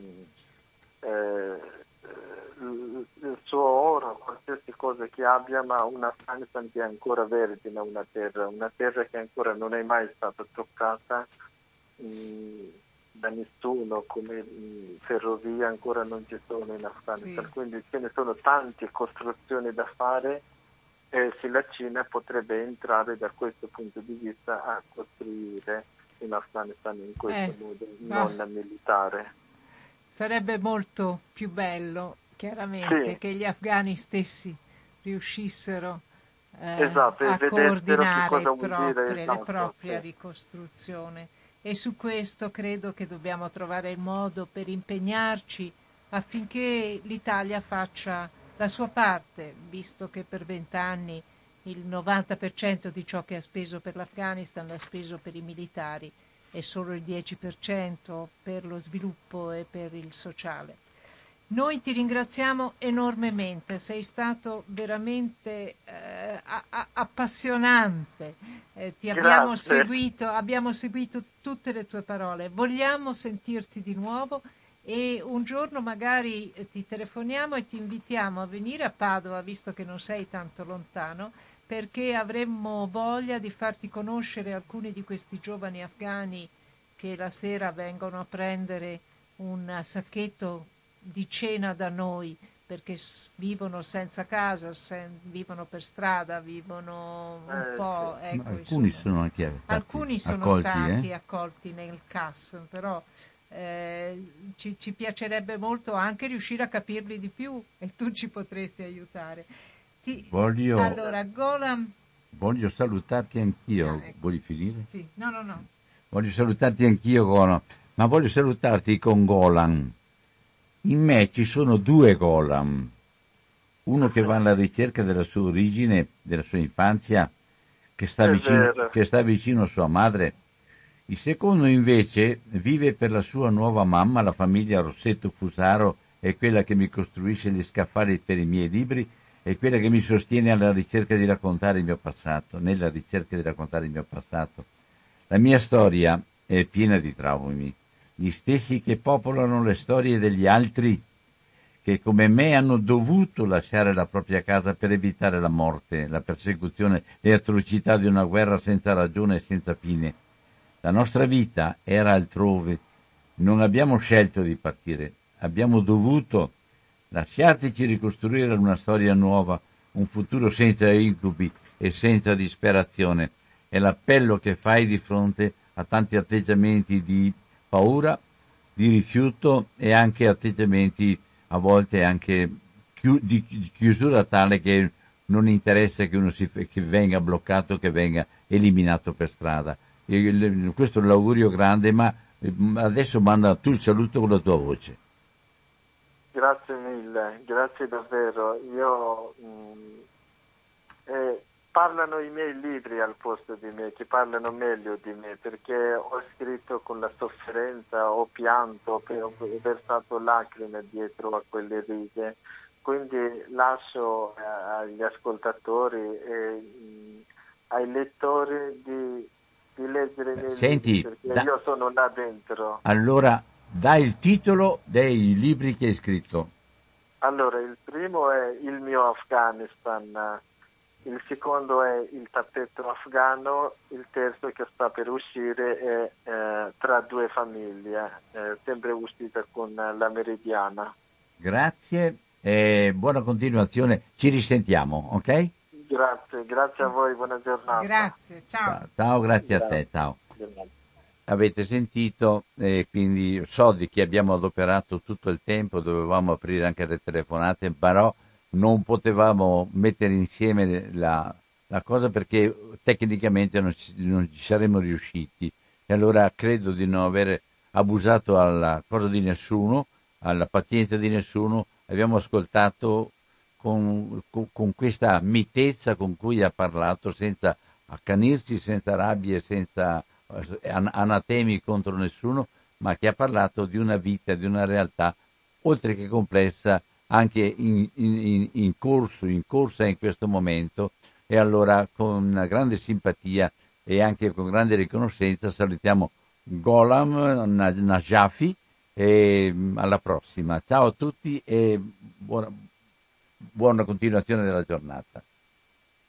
il suo oro, qualsiasi cosa che abbia, ma un Afghanistan che è ancora vergine, una terra che ancora non è mai stata toccata da nessuno, come ferrovie ancora non ci sono in Afghanistan, quindi ce ne sono tante costruzioni da fare e se la Cina potrebbe entrare da questo punto di vista a costruire in Afghanistan in questo modo, non militare. Sarebbe molto più bello, chiaramente, che gli afghani stessi riuscissero a coordinare la propria ricostruzione. E su questo credo che dobbiamo trovare il modo per impegnarci affinché l'Italia faccia la sua parte, visto che per 20 anni il 90% di ciò che ha speso per l'Afghanistan l'ha speso per i militari e solo il 10% per lo sviluppo e per il sociale. Noi ti ringraziamo enormemente, sei stato veramente appassionante, abbiamo seguito tutte le tue parole, vogliamo sentirti di nuovo e un giorno magari ti telefoniamo e ti invitiamo a venire a Padova, visto che non sei tanto lontano, perché avremmo voglia di farti conoscere alcuni di questi giovani afghani che la sera vengono a prendere un sacchetto di cena da noi, perché vivono senza casa, vivono per strada, vivono un po'. Ecco, alcuni sono anche stati accolti nel CAS, però ci piacerebbe molto anche riuscire a capirli di più e tu ci potresti aiutare. Allora, Golam, voglio salutarti anch'io. Vuoi finire? Sì, no. Voglio salutarti anch'io, Golam, ma voglio salutarti con Golan. In me ci sono due Golan, uno che va alla ricerca della sua origine, della sua infanzia, che sta vicino a sua madre. Il secondo invece vive per la sua nuova mamma, la famiglia Rossetto Fusaro, è quella che mi costruisce gli scaffali per i miei libri, è quella che mi sostiene nella ricerca di raccontare il mio passato. La mia storia è piena di traumi, gli stessi che popolano le storie degli altri, che come me hanno dovuto lasciare la propria casa per evitare la morte, la persecuzione, le atrocità di una guerra senza ragione e senza fine. La nostra vita era altrove, non abbiamo scelto di partire, abbiamo dovuto. Lasciateci ricostruire una storia nuova, un futuro senza incubi e senza disperazione. È l'appello che fai di fronte a tanti atteggiamenti di paura, di rifiuto e anche atteggiamenti a volte anche di chiusura tale che non interessa che uno che venga bloccato, che venga eliminato per strada. Questo è l'augurio grande, ma adesso manda tu il saluto con la tua voce. Grazie mille, grazie davvero. Parlano i miei libri al posto di me, che parlano meglio di me, perché ho scritto con la sofferenza, ho pianto, ho versato lacrime dietro a quelle righe. Quindi lascio agli ascoltatori e ai lettori di leggere i miei libri, perché io sono là dentro. Allora, dai il titolo dei libri che hai scritto. Allora, il primo è Il mio Afghanistan, il secondo è Il tappetto afghano, il terzo che sta per uscire è Tra due famiglie, sempre uscita con la Meridiana. Grazie e buona continuazione, ci risentiamo, ok? Grazie a voi, buona giornata. Grazie, ciao. Ciao, grazie a te, ciao. Avete sentito, quindi so di chi abbiamo adoperato tutto il tempo, dovevamo aprire anche le telefonate, però non potevamo mettere insieme la cosa perché tecnicamente non ci saremmo riusciti. E allora credo di non aver abusato alla cosa di nessuno, alla pazienza di nessuno. Abbiamo ascoltato con questa mitezza con cui ha parlato, senza accanirsi, senza rabbie, senza anatemi contro nessuno, ma che ha parlato di una vita, di una realtà oltre che complessa, anche in corsa in questo momento. E allora con grande simpatia e anche con grande riconoscenza salutiamo Gholam Najafi, e alla prossima. Ciao a tutti e buona continuazione della giornata.